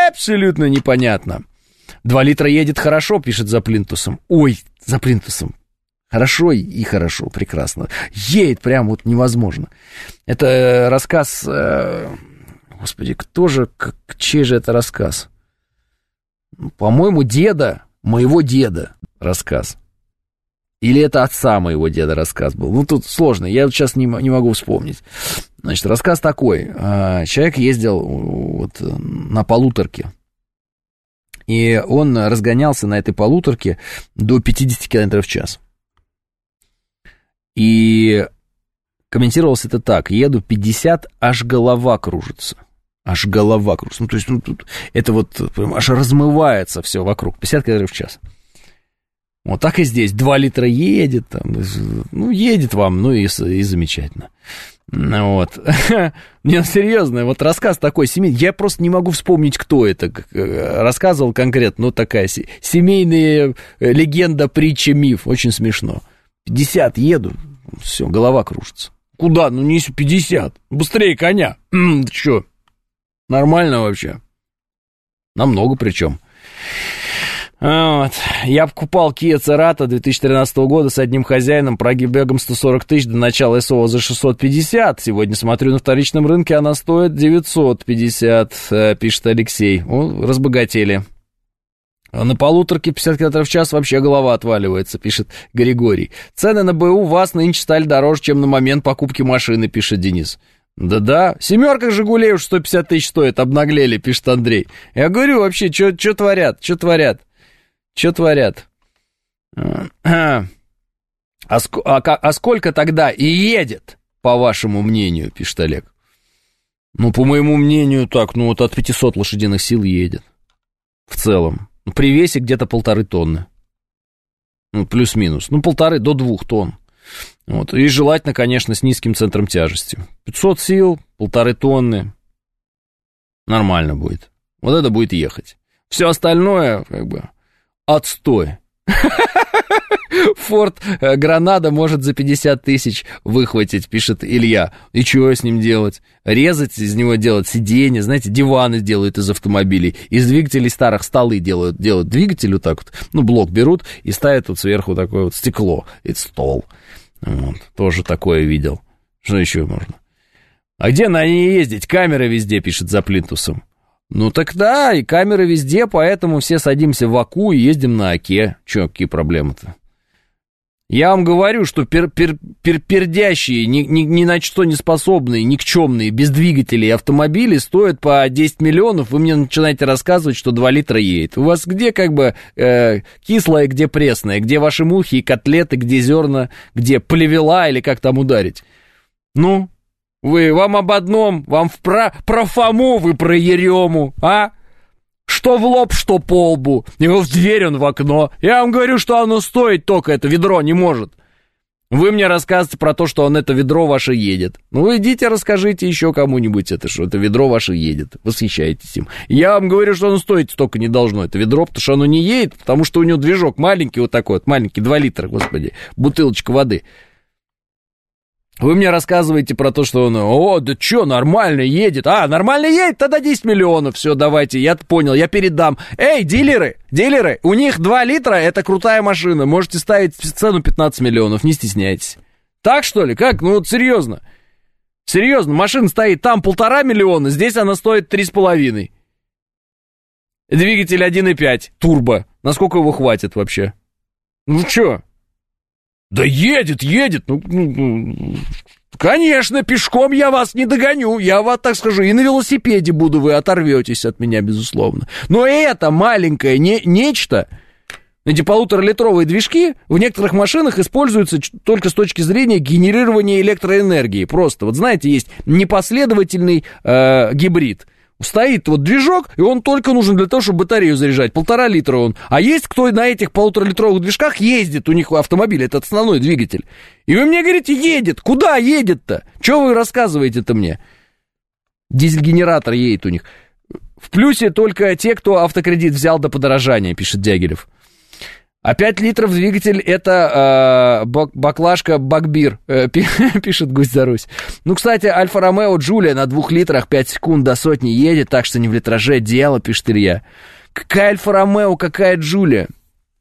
Абсолютно непонятно. 2 литра едет хорошо, пишет за плинтусом. Ой, за плинтусом. Хорошо и хорошо, прекрасно. Едет прям вот невозможно. Это рассказ... Господи, чей же это рассказ? По-моему, моего деда рассказ. Или это отца моего деда рассказ был. Ну, тут сложно, я сейчас не могу вспомнить. Значит, рассказ такой. Человек ездил вот на полуторке. И он разгонялся на этой полуторке до 50 км в час. И комментировалось это так. Еду 50, аж голова кружится. Аж голова кружится. Ну, то есть, тут это вот аж размывается все вокруг. 50 км в час. Вот так и здесь. 2 литра едет. Там, ну, едет вам, ну и замечательно. Вот. Не, серьезно, вот рассказ такой семейный. Я просто не могу вспомнить, кто это рассказывал конкретно. Ну, такая семейная легенда, притча, миф. Очень смешно. 50 еду, все, голова кружится. Куда? Ну, не 50. Быстрее коня. Ты что? Нормально вообще. Намного причем. Вот. Я покупал Kia Cerato 2013 года с одним хозяином, пробегом 140 тысяч до начала СО за 650. Сегодня смотрю, на вторичном рынке она стоит 950, пишет Алексей. О, разбогатели. На полуторке 50 км в час вообще голова отваливается, пишет Григорий. Цены на БУ у вас нынче стали дороже, чем на момент покупки машины, пишет Денис. Да-да, семерка «Жигулей» уж 150 тысяч стоит, обнаглели, пишет Андрей. Я говорю, вообще, что творят? А сколько тогда и едет, по вашему мнению, пишет Олег? Ну, по моему мнению, так, ну, вот от 500 лошадиных сил едет. В целом. При весе где-то 1,5 тонны. Ну, плюс-минус. Ну, 1,5 до 2 тонн. Вот. И желательно, конечно, с низким центром тяжести. 500 сил, 1,5 тонны. Нормально будет. Вот это будет ехать. Все остальное, как бы, отстой. Форд Гранада может за 50 тысяч выхватить, пишет Илья. И что с ним делать? Резать из него, делать сиденья, знаете, диваны делают из автомобилей. Из двигателей старых столы делают двигатель вот так вот. Ну, блок берут и ставят вот сверху такое вот стекло. И стол. Вот, тоже такое видел. Что еще можно? А где на ней ездить? Камеры везде, пишет за плинтусом. Ну так да, и камеры везде, поэтому все садимся в АКУ и ездим на АКе. Че, какие проблемы-то? Я вам говорю, что пердящие, ни на что не способные, никчемные, без двигателей автомобили стоят по 10 миллионов. Вы мне начинаете рассказывать, что 2 литра едет. У вас где как бы кислое, где пресное? Где ваши мухи и котлеты, где зерна, где плевела или как там ударить? Ну, вам об одном, вам про Фому вы про Ерему, а? Что в лоб, что по лбу. Его в дверь, он в окно. Я вам говорю, что оно стоит только, это ведро не может. Вы мне рассказываете про то, что он это ведро ваше едет. Ну, идите, расскажите еще кому-нибудь это, что это ведро ваше едет. Восхищайтесь им. Я вам говорю, что оно стоить столько не должно, это ведро, потому что оно не едет, потому что у него движок маленький вот такой вот, маленький, 2 литра, господи, бутылочка воды. Вы мне рассказываете про то, что он, да что, нормально едет. А, нормально едет, тогда 10 миллионов. Все, давайте, я понял, я передам. Эй, дилеры, у них 2 литра, это крутая машина. Можете ставить цену 15 миллионов, не стесняйтесь. Так, что ли? Как? Ну, вот серьезно. Серьезно, машина стоит там 1,5 миллиона, здесь она стоит 3,5. Двигатель 1,5, турбо. Насколько его хватит вообще? Ну, что? Да едет, ну, конечно, пешком я вас не догоню, я вас, так скажу, и на велосипеде буду, вы оторветесь от меня, безусловно. Но это маленькое нечто, эти 1,5-литровые движки в некоторых машинах используются только с точки зрения генерирования электроэнергии. Просто, вот знаете, есть непоследовательный гибрид. Стоит вот движок, и он только нужен для того, чтобы батарею заряжать. 1,5 литра он. А есть кто на этих 1,5-литровых движках ездит, у них автомобиль, это основной двигатель. И вы мне говорите, едет. Куда едет-то? Чего вы рассказываете-то мне? Дизель-генератор едет у них. В плюсе только те, кто автокредит взял до подорожания, пишет Дягилев. А 5 литров двигатель это баклажка Бакбир, пишет Гусь за Русь. Ну, кстати, Альфа-Ромео Джулия на 2 литрах 5 секунд до сотни едет, так что не в литраже дело, пишет Илья. Какая Альфа-Ромео, какая Джулия?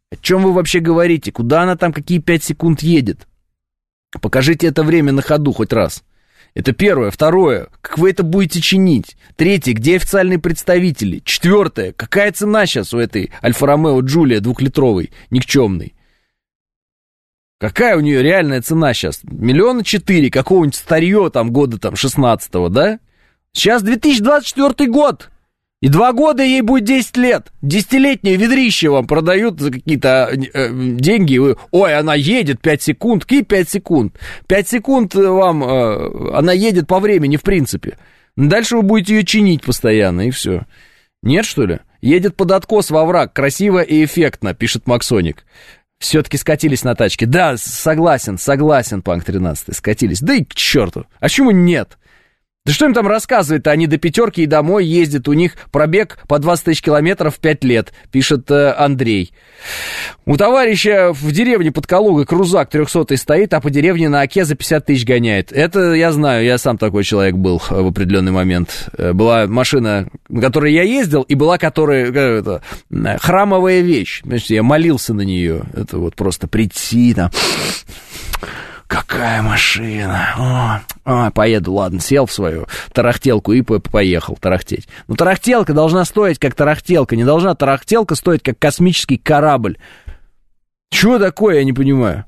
О чем вы вообще говорите? Куда она там какие 5 секунд едет? Покажите это время на ходу хоть раз. Это первое. Второе. Как вы это будете чинить? Третье. Где официальные представители? Четвертое. Какая цена сейчас у этой Альфа-Ромео Джулия 2-литровой, никчемной? Какая у нее реальная цена сейчас? 1,4 миллиона? Какого-нибудь старье там года там 16-го, да? Сейчас 2024 год. И 2 года ей будет 10 лет. 10-летнее ведрище вам продают за какие-то деньги. Ой, она едет 5 секунд. Какие 5 секунд? 5 секунд вам она едет по времени, в принципе. Дальше вы будете ее чинить постоянно, и все. Нет, что ли? Едет под откос во враг. Красиво и эффектно, пишет Максоник. Все-таки скатились на тачке. Да, согласен, Панк 13, скатились. Да и к черту. А почему нет? Да что им там рассказывает-то? Они до Пятерки и домой ездят. У них пробег по 20 тысяч километров в 5 лет, пишет Андрей. У товарища в деревне под Калугой крузак 300-й стоит, а по деревне на Оке за 50 тысяч гоняет. Это я знаю, я сам такой человек был в определенный момент. Была машина, на которой я ездил, и была, которая храмовая вещь. Значит, я молился на нее. Это вот просто прийти там... Какая машина! Поеду, ладно, сел в свою тарахтелку и поехал тарахтеть. Но тарахтелка должна стоить как тарахтелка, не должна тарахтелка стоить как космический корабль. Чего такое, я не понимаю.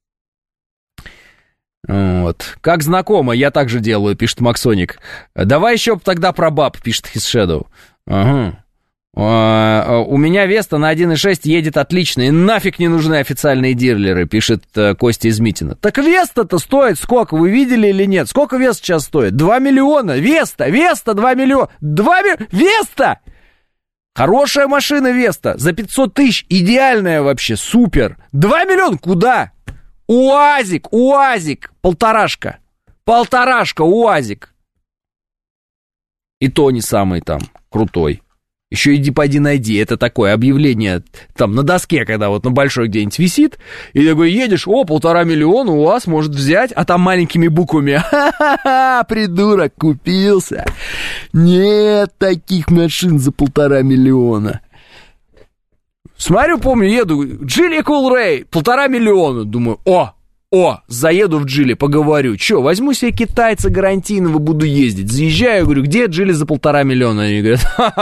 Вот. Как знакомо, я так же делаю, пишет Максоник. Давай еще тогда про баб, пишет His Shadow. Ага. У меня Веста на 1.6 едет отлично, и нафиг не нужны официальные дилеры, пишет Костя из Митина. Так Веста-то стоит сколько, вы видели или нет? Сколько Веста сейчас стоит? 2 миллиона, Веста 2 миллиона, Веста! Хорошая машина Веста, за 500 тысяч, идеальная вообще, супер. 2 миллиона, куда? УАЗик, полторашка УАЗик. И то не самый там крутой. Еще иди поди найди, это такое объявление там на доске, когда вот на большой где-нибудь висит, и такой едешь, 1,5 миллиона у вас может взять, а там маленькими буквами, ха-ха-ха, придурок, купился. Нет таких машин за 1,5 миллиона. Смотрю, помню, еду, Geely Coolray, 1,5 миллиона, думаю, заеду в Geely, поговорю. Че, возьму себе китайца гарантийного, буду ездить. Заезжаю, говорю, где Geely за 1,5 миллиона? Они говорят,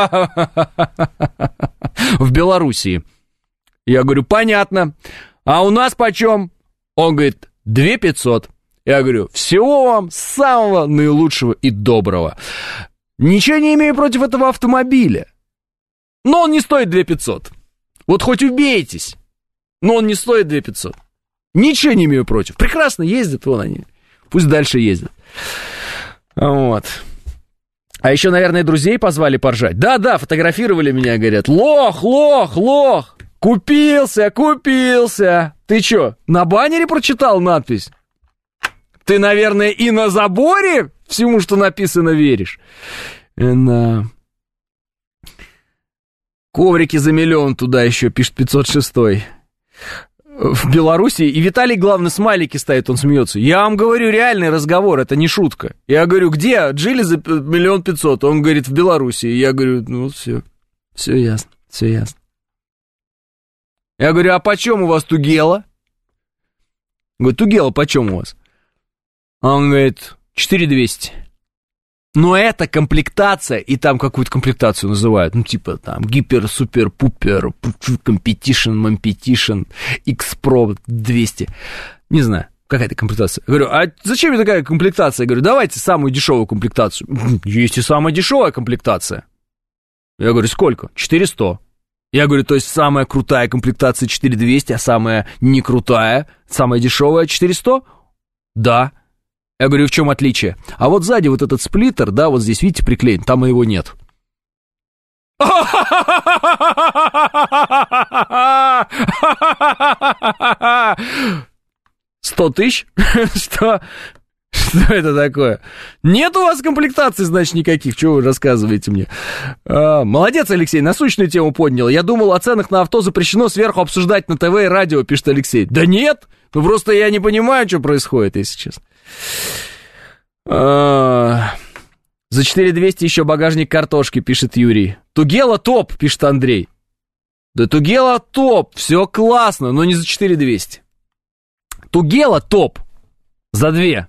в Белоруссии. Я говорю, понятно. А у нас почем? Он говорит, 2 500. Я говорю, всего вам самого наилучшего и доброго. Ничего не имею против этого автомобиля. Но он не стоит 2 500. Вот хоть убейтесь. Но он не стоит 2 500. Ничего не имею против. Прекрасно ездят, вон они. Пусть дальше ездят. Вот. А еще, наверное, друзей позвали поржать. Да, фотографировали меня, говорят. Лох. Купился. Ты что, на баннере прочитал надпись? Ты, наверное, и на заборе всему, что написано, веришь? Коврики за 1 миллион туда еще, пишет 506-й. В Беларуси, и Виталий, главное, смайлики ставит, он смеется. Я вам говорю, реальный разговор, это не шутка. Я говорю, где Geely за 1 500 000? Он говорит, в Беларуси. Я говорю, ну, все ясно. Я говорю, а почем у вас Тугела? Говорю, Тугела почем у вас? Он говорит, 4200. Но это комплектация, и там какую-то комплектацию называют, ну, типа там гипер, супер, пупер, компетишн, X-Pro 200. Не знаю, какая-то комплектация. Я говорю, а зачем мне такая комплектация? Я говорю, давайте самую дешевую комплектацию. Есть и самая дешевая комплектация. Я говорю, сколько? 400. Я говорю, то есть самая крутая комплектация 4200, а самая не крутая, самая дешевая 400? Да. Я говорю, в чем отличие? А вот сзади вот этот сплиттер, да, вот здесь, видите, приклеен, там его нет. 100 тысяч? Что это такое? Нет у вас комплектаций, значит, никаких. Чего вы рассказываете мне? Молодец, Алексей, насущную тему поднял. Я думал, о ценах на авто запрещено сверху обсуждать на ТВ и радио, пишет Алексей. Да нет, ну просто я не понимаю, что происходит, если честно. За 4200 еще багажник картошки, пишет Юрий. Тугела топ, пишет Андрей. Да Тугела топ, все классно, но не за 4200. Тугела топ за 2.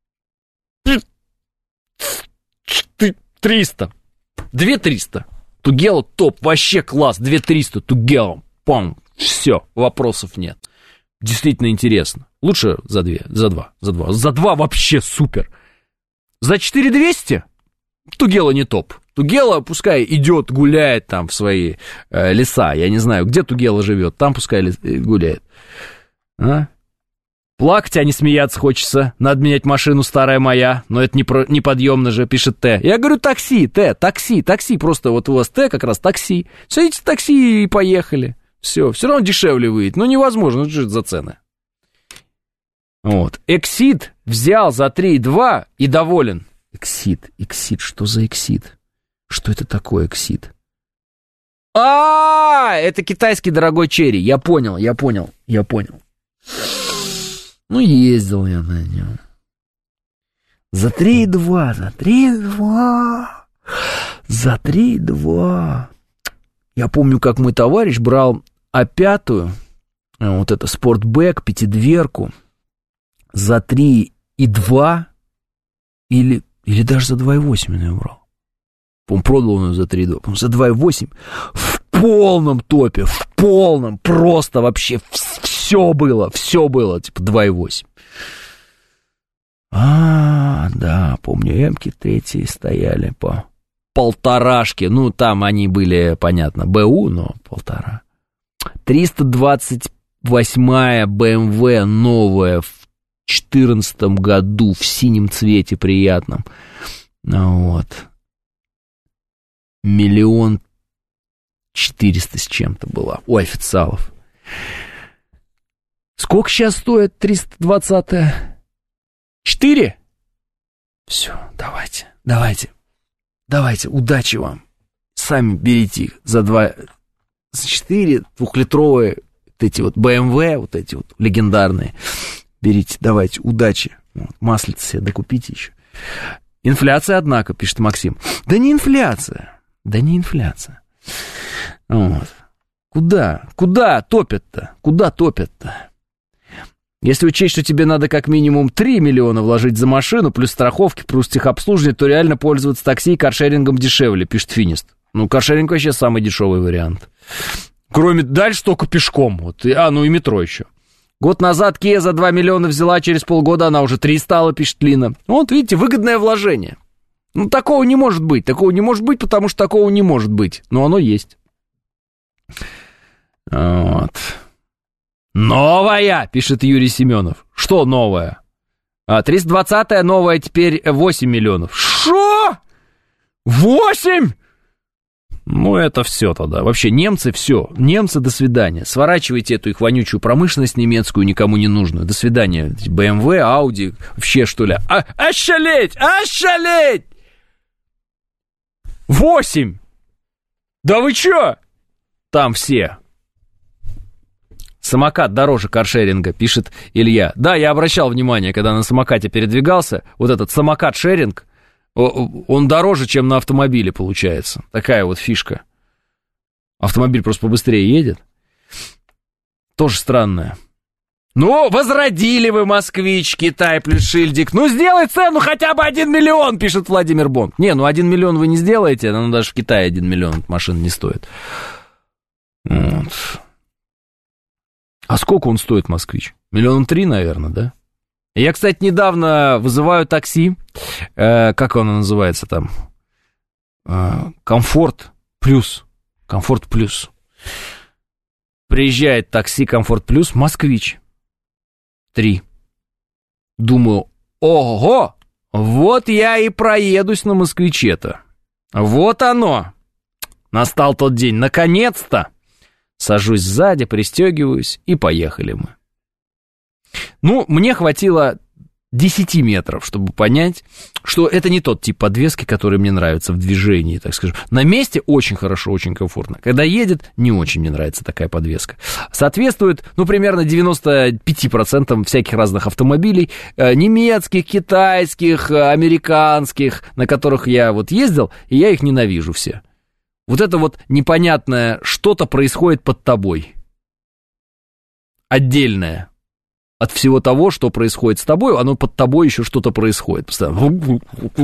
300. 2300. Тугела топ, вообще класс, 2300, Тугела, пам, все, вопросов нет. Действительно интересно. Лучше за 2, за 2, за 2. За 2 вообще супер. За 4200 Тугела не топ. Тугела пускай идет, гуляет там в свои леса. Я не знаю, где Тугела живет, там пускай гуляет. А? Плакать, а не смеяться хочется. Надо менять машину, старая моя. Но это неподъемно же, пишет Т. Я говорю, такси, Т, такси. Просто вот у вас Т как раз такси. Садитесь в такси и поехали. Все равно дешевле выйдет. Ну, невозможно, что это за цены? Вот. Эксид взял за 3,2 и доволен. Эксид, что за эксид? Что это такое эксид? Это китайский дорогой черри. Я понял. Ну, ездил я на нем. За 3,2. Я помню, как мой товарищ брал А5, вот это спортбэк, 5-дверку, за 3,2 или даже за 2,8 я брал. По-моему, продал он ее за 3,2. По-моему, за 2,8 в полном топе, просто вообще все было, типа 2,8. Да, помню, М-ки третьи стояли по 1,5. Ну, там они были, понятно, БУ, но 1,5. 328-я BMW новая в 2014 году в синем цвете приятном. Вот. 1 400 000 с чем-то была у официалов. Сколько сейчас стоит 320-я? 4? Все, давайте, удачи вам. Сами берите за 4 двухлитровые вот эти вот BMW, вот эти вот легендарные. Берите, давайте, удачи. Вот, маслица себе докупите еще. Инфляция, однако, пишет Максим. Да не инфляция. Вот. Куда топят-то? Если учесть, что тебе надо как минимум 3 миллиона вложить за машину, плюс страховки, плюс техобслуживание, то реально пользоваться такси и каршерингом дешевле, пишет Финист. Ну, каршеринг вообще самый дешевый вариант. Кроме дальше только пешком. Вот. И метро еще. Год назад Kia за 2 миллиона взяла, через полгода она уже 3 стала, пишет Лина. Вот, видите, выгодное вложение. Ну, такого не может быть, потому что такого не может быть. Но оно есть. Вот. Новая, пишет Юрий Семенов. Что новая? 320-я новая теперь 8 миллионов. Шо? 8? Ну, это все тогда. Вообще, немцы, все. Немцы, до свидания. Сворачивайте эту их вонючую промышленность немецкую, никому не нужную. До свидания. BMW, Audi, вообще, что ли. Ошалеть! 8! Да вы чё? Там все. Самокат дороже каршеринга, пишет Илья. Да, я обращал внимание, когда на самокате передвигался, вот этот самокат-шеринг, он дороже, чем на автомобиле получается. Такая вот фишка. Автомобиль просто побыстрее едет. Тоже странное. Ну, возродили вы, москвич, Китай плюс шильдик. Ну, сделай цену хотя бы 1 миллион, пишет Владимир Бонд. Не, 1 миллион вы не сделаете, но даже в Китае 1 миллион машин не стоит. Вот. А сколько он стоит, москвич? 3 миллиона, наверное, да? Я, кстати, недавно вызываю такси. Как оно называется там? Комфорт плюс. Приезжает такси Комфорт плюс, москвич. 3. Думаю, ого, вот я и проедусь на москвиче-то. Вот оно. Настал тот день, наконец-то. Сажусь сзади, пристегиваюсь, и поехали мы. Ну, мне хватило 10 метров, чтобы понять, что это не тот тип подвески, который мне нравится в движении, так скажем. На месте очень хорошо, очень комфортно. Когда едет, не очень мне нравится такая подвеска. Соответствует, примерно 95% всяких разных автомобилей, немецких, китайских, американских, на которых я вот ездил, и я их ненавижу все. Вот это вот непонятное что-то происходит под тобой. Отдельное. От всего того, что происходит с тобой, оно под тобой еще что-то происходит. Постоянно.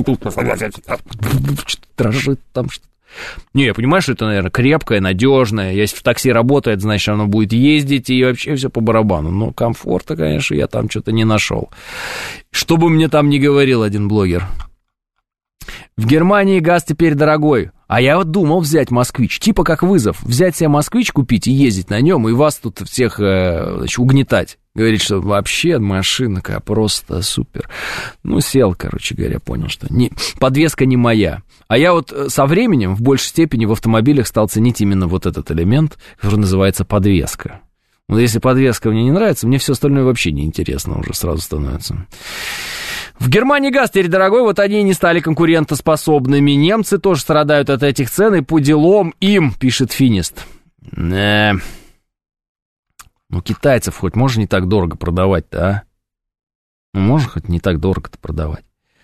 Что-то дрожит там что-то. Не, я понимаю, что это, наверное, крепкое, надежное. Если в такси работает, значит, оно будет ездить, и вообще все по барабану. Но комфорта, конечно, я там что-то не нашел. Что бы мне там ни говорил один блогер. В Германии газ теперь дорогой. А я вот думал взять «Москвич». Типа как вызов. Взять себе «Москвич», купить и ездить на нем, и вас тут всех значит, угнетать. Говорит, что вообще машина какая просто супер. Ну, сел, короче говоря, понял, что подвеска не моя. А я вот со временем в большей степени в автомобилях стал ценить именно вот этот элемент, который называется подвеска. Вот если подвеска мне не нравится, мне все остальное вообще неинтересно уже сразу становится. В Германии газ теперь дорогой, вот они и не стали конкурентоспособными. Немцы тоже страдают от этих цен, и по делам им, пишет Финист. Ну, китайцев хоть можно не так дорого продавать-то, а? Ну, можно хоть не так дорого-то продавать.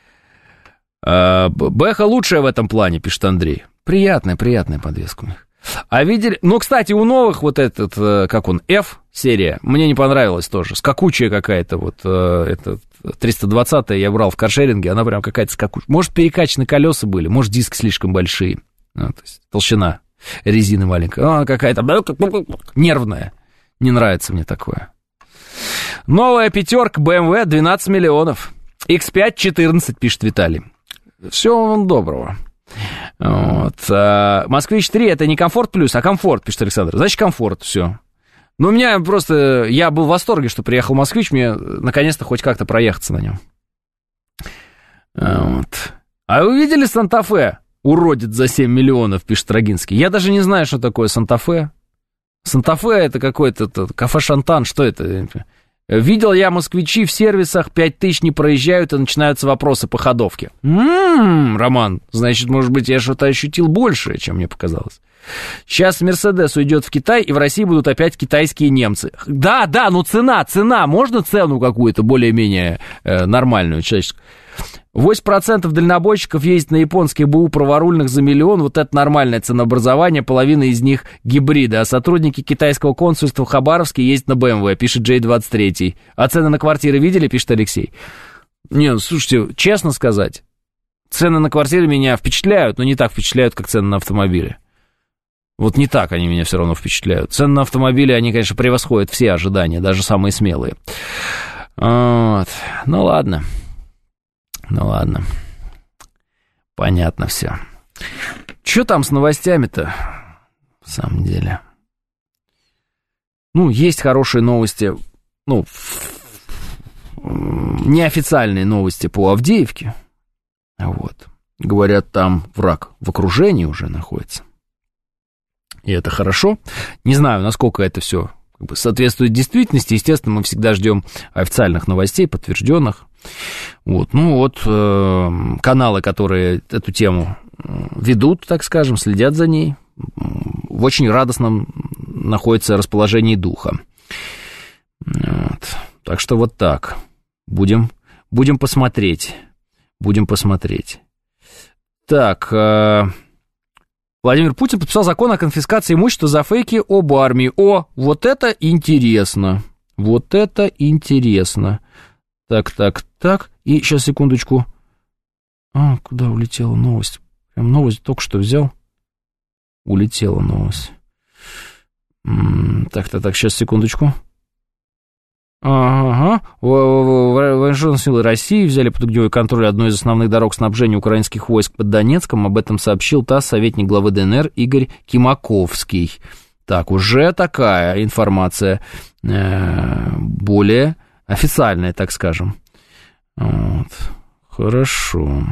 Бэха лучшая в этом плане, пишет Андрей. Приятная подвеска у них. А видели... Ну, кстати, у новых вот этот, как он, F-серия, мне не понравилась тоже. Скакучая какая-то вот, это 320-я я брал в каршеринге, она прям какая-то скакучая. Может, перекачаны колеса были, может, диски слишком большие. Ну, то есть толщина резины маленькая. Она какая-то нервная. Не нравится мне такое. Новая пятерка BMW 12 миллионов. X5 14, пишет Виталий. Всего вам доброго. Вот. Москвич 3 это не комфорт плюс, а комфорт, пишет Александр. Значит, комфорт, все. Ну, у меня просто... Я был в восторге, что приехал Москвич, мне наконец-то хоть как-то проехаться на нем. Вот. А вы видели Санта-Фе? Уродец за 7 миллионов, пишет Рогинский. Я даже не знаю, что такое Санта-Фе. Санта-Фе это какой-то кафе Шантан, что это? Видел я москвичи в сервисах, 5000 не проезжают, и начинаются вопросы по ходовке. Роман, значит, может быть, я что-то ощутил большее, чем мне показалось. Сейчас Мерседес уйдет в Китай, и в России будут опять китайские немцы. Да, ну цена, можно цену какую-то более-менее нормальную, человеческую? 8% дальнобойщиков ездит на японских БУ праворульных за 1 миллион, вот это нормальное ценообразование, половина из них гибриды, а сотрудники китайского консульства в Хабаровске ездят на БМВ, пишет J23. А цены на квартиры видели, пишет Алексей? Не, слушайте, честно сказать, цены на квартиры меня впечатляют, но не так впечатляют, как цены на автомобили. Вот не так они меня все равно впечатляют. Цены на автомобили, они, конечно, превосходят все ожидания, даже самые смелые. Вот. Ну ладно. Понятно все. Что там с новостями-то, в самом деле? Ну, есть хорошие новости, ну, неофициальные новости по Авдеевке. Вот. Говорят, там враг в окружении уже находится. И это хорошо. Не знаю, насколько это все соответствует действительности. Естественно, мы всегда ждем официальных новостей, подтвержденных. Вот. Ну вот, каналы, которые эту тему ведут, так скажем, следят за ней, в очень радостном находится расположении духа. Вот. Так что вот так. Будем посмотреть. Так, Владимир Путин подписал закон о конфискации имущества за фейки об армии. О, вот это интересно. Так. И сейчас, секундочку. Куда улетела новость? Прям новость только что взял. Улетела новость. Так, сейчас, секундочку. Ага. Вооруженные силы России взяли под огневой контроль одну из основных дорог снабжения украинских войск под Донецком. Об этом сообщил ТАСС советник главы ДНР Игорь Кимаковский. Так, уже такая информация более официальная, так скажем. Вот. Хорошо.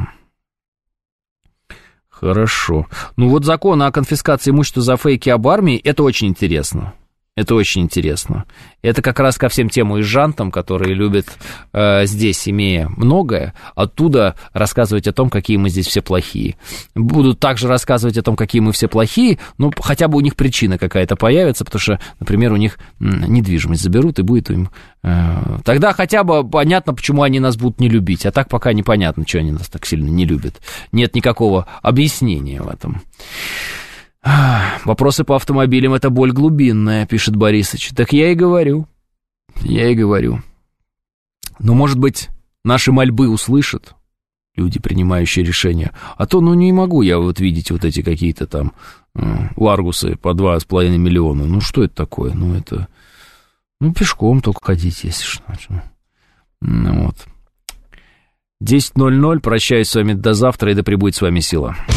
Ну вот закон о конфискации имущества за фейки об армии, это очень интересно. Это как раз ко всем тем уезжантам, которые любят здесь, имея многое, оттуда рассказывать о том, какие мы здесь все плохие. Будут также рассказывать о том, какие мы все плохие, но хотя бы у них причина какая-то появится, потому что, например, у них недвижимость заберут, и будет им... Тогда хотя бы понятно, почему они нас будут не любить, а так пока непонятно, что они нас так сильно не любят. Нет никакого объяснения в этом. Вопросы по автомобилям — это боль глубинная, пишет Борисыч. Так я и говорю. Но, может быть, наши мольбы услышат люди, принимающие решения. А то, не могу я вот видеть вот эти какие-то там ларгусы по 2,5 миллиона. Что это такое? Это... пешком только ходить, если что. Вот. 10:00. Прощаюсь с вами до завтра, и да пребудет с вами сила.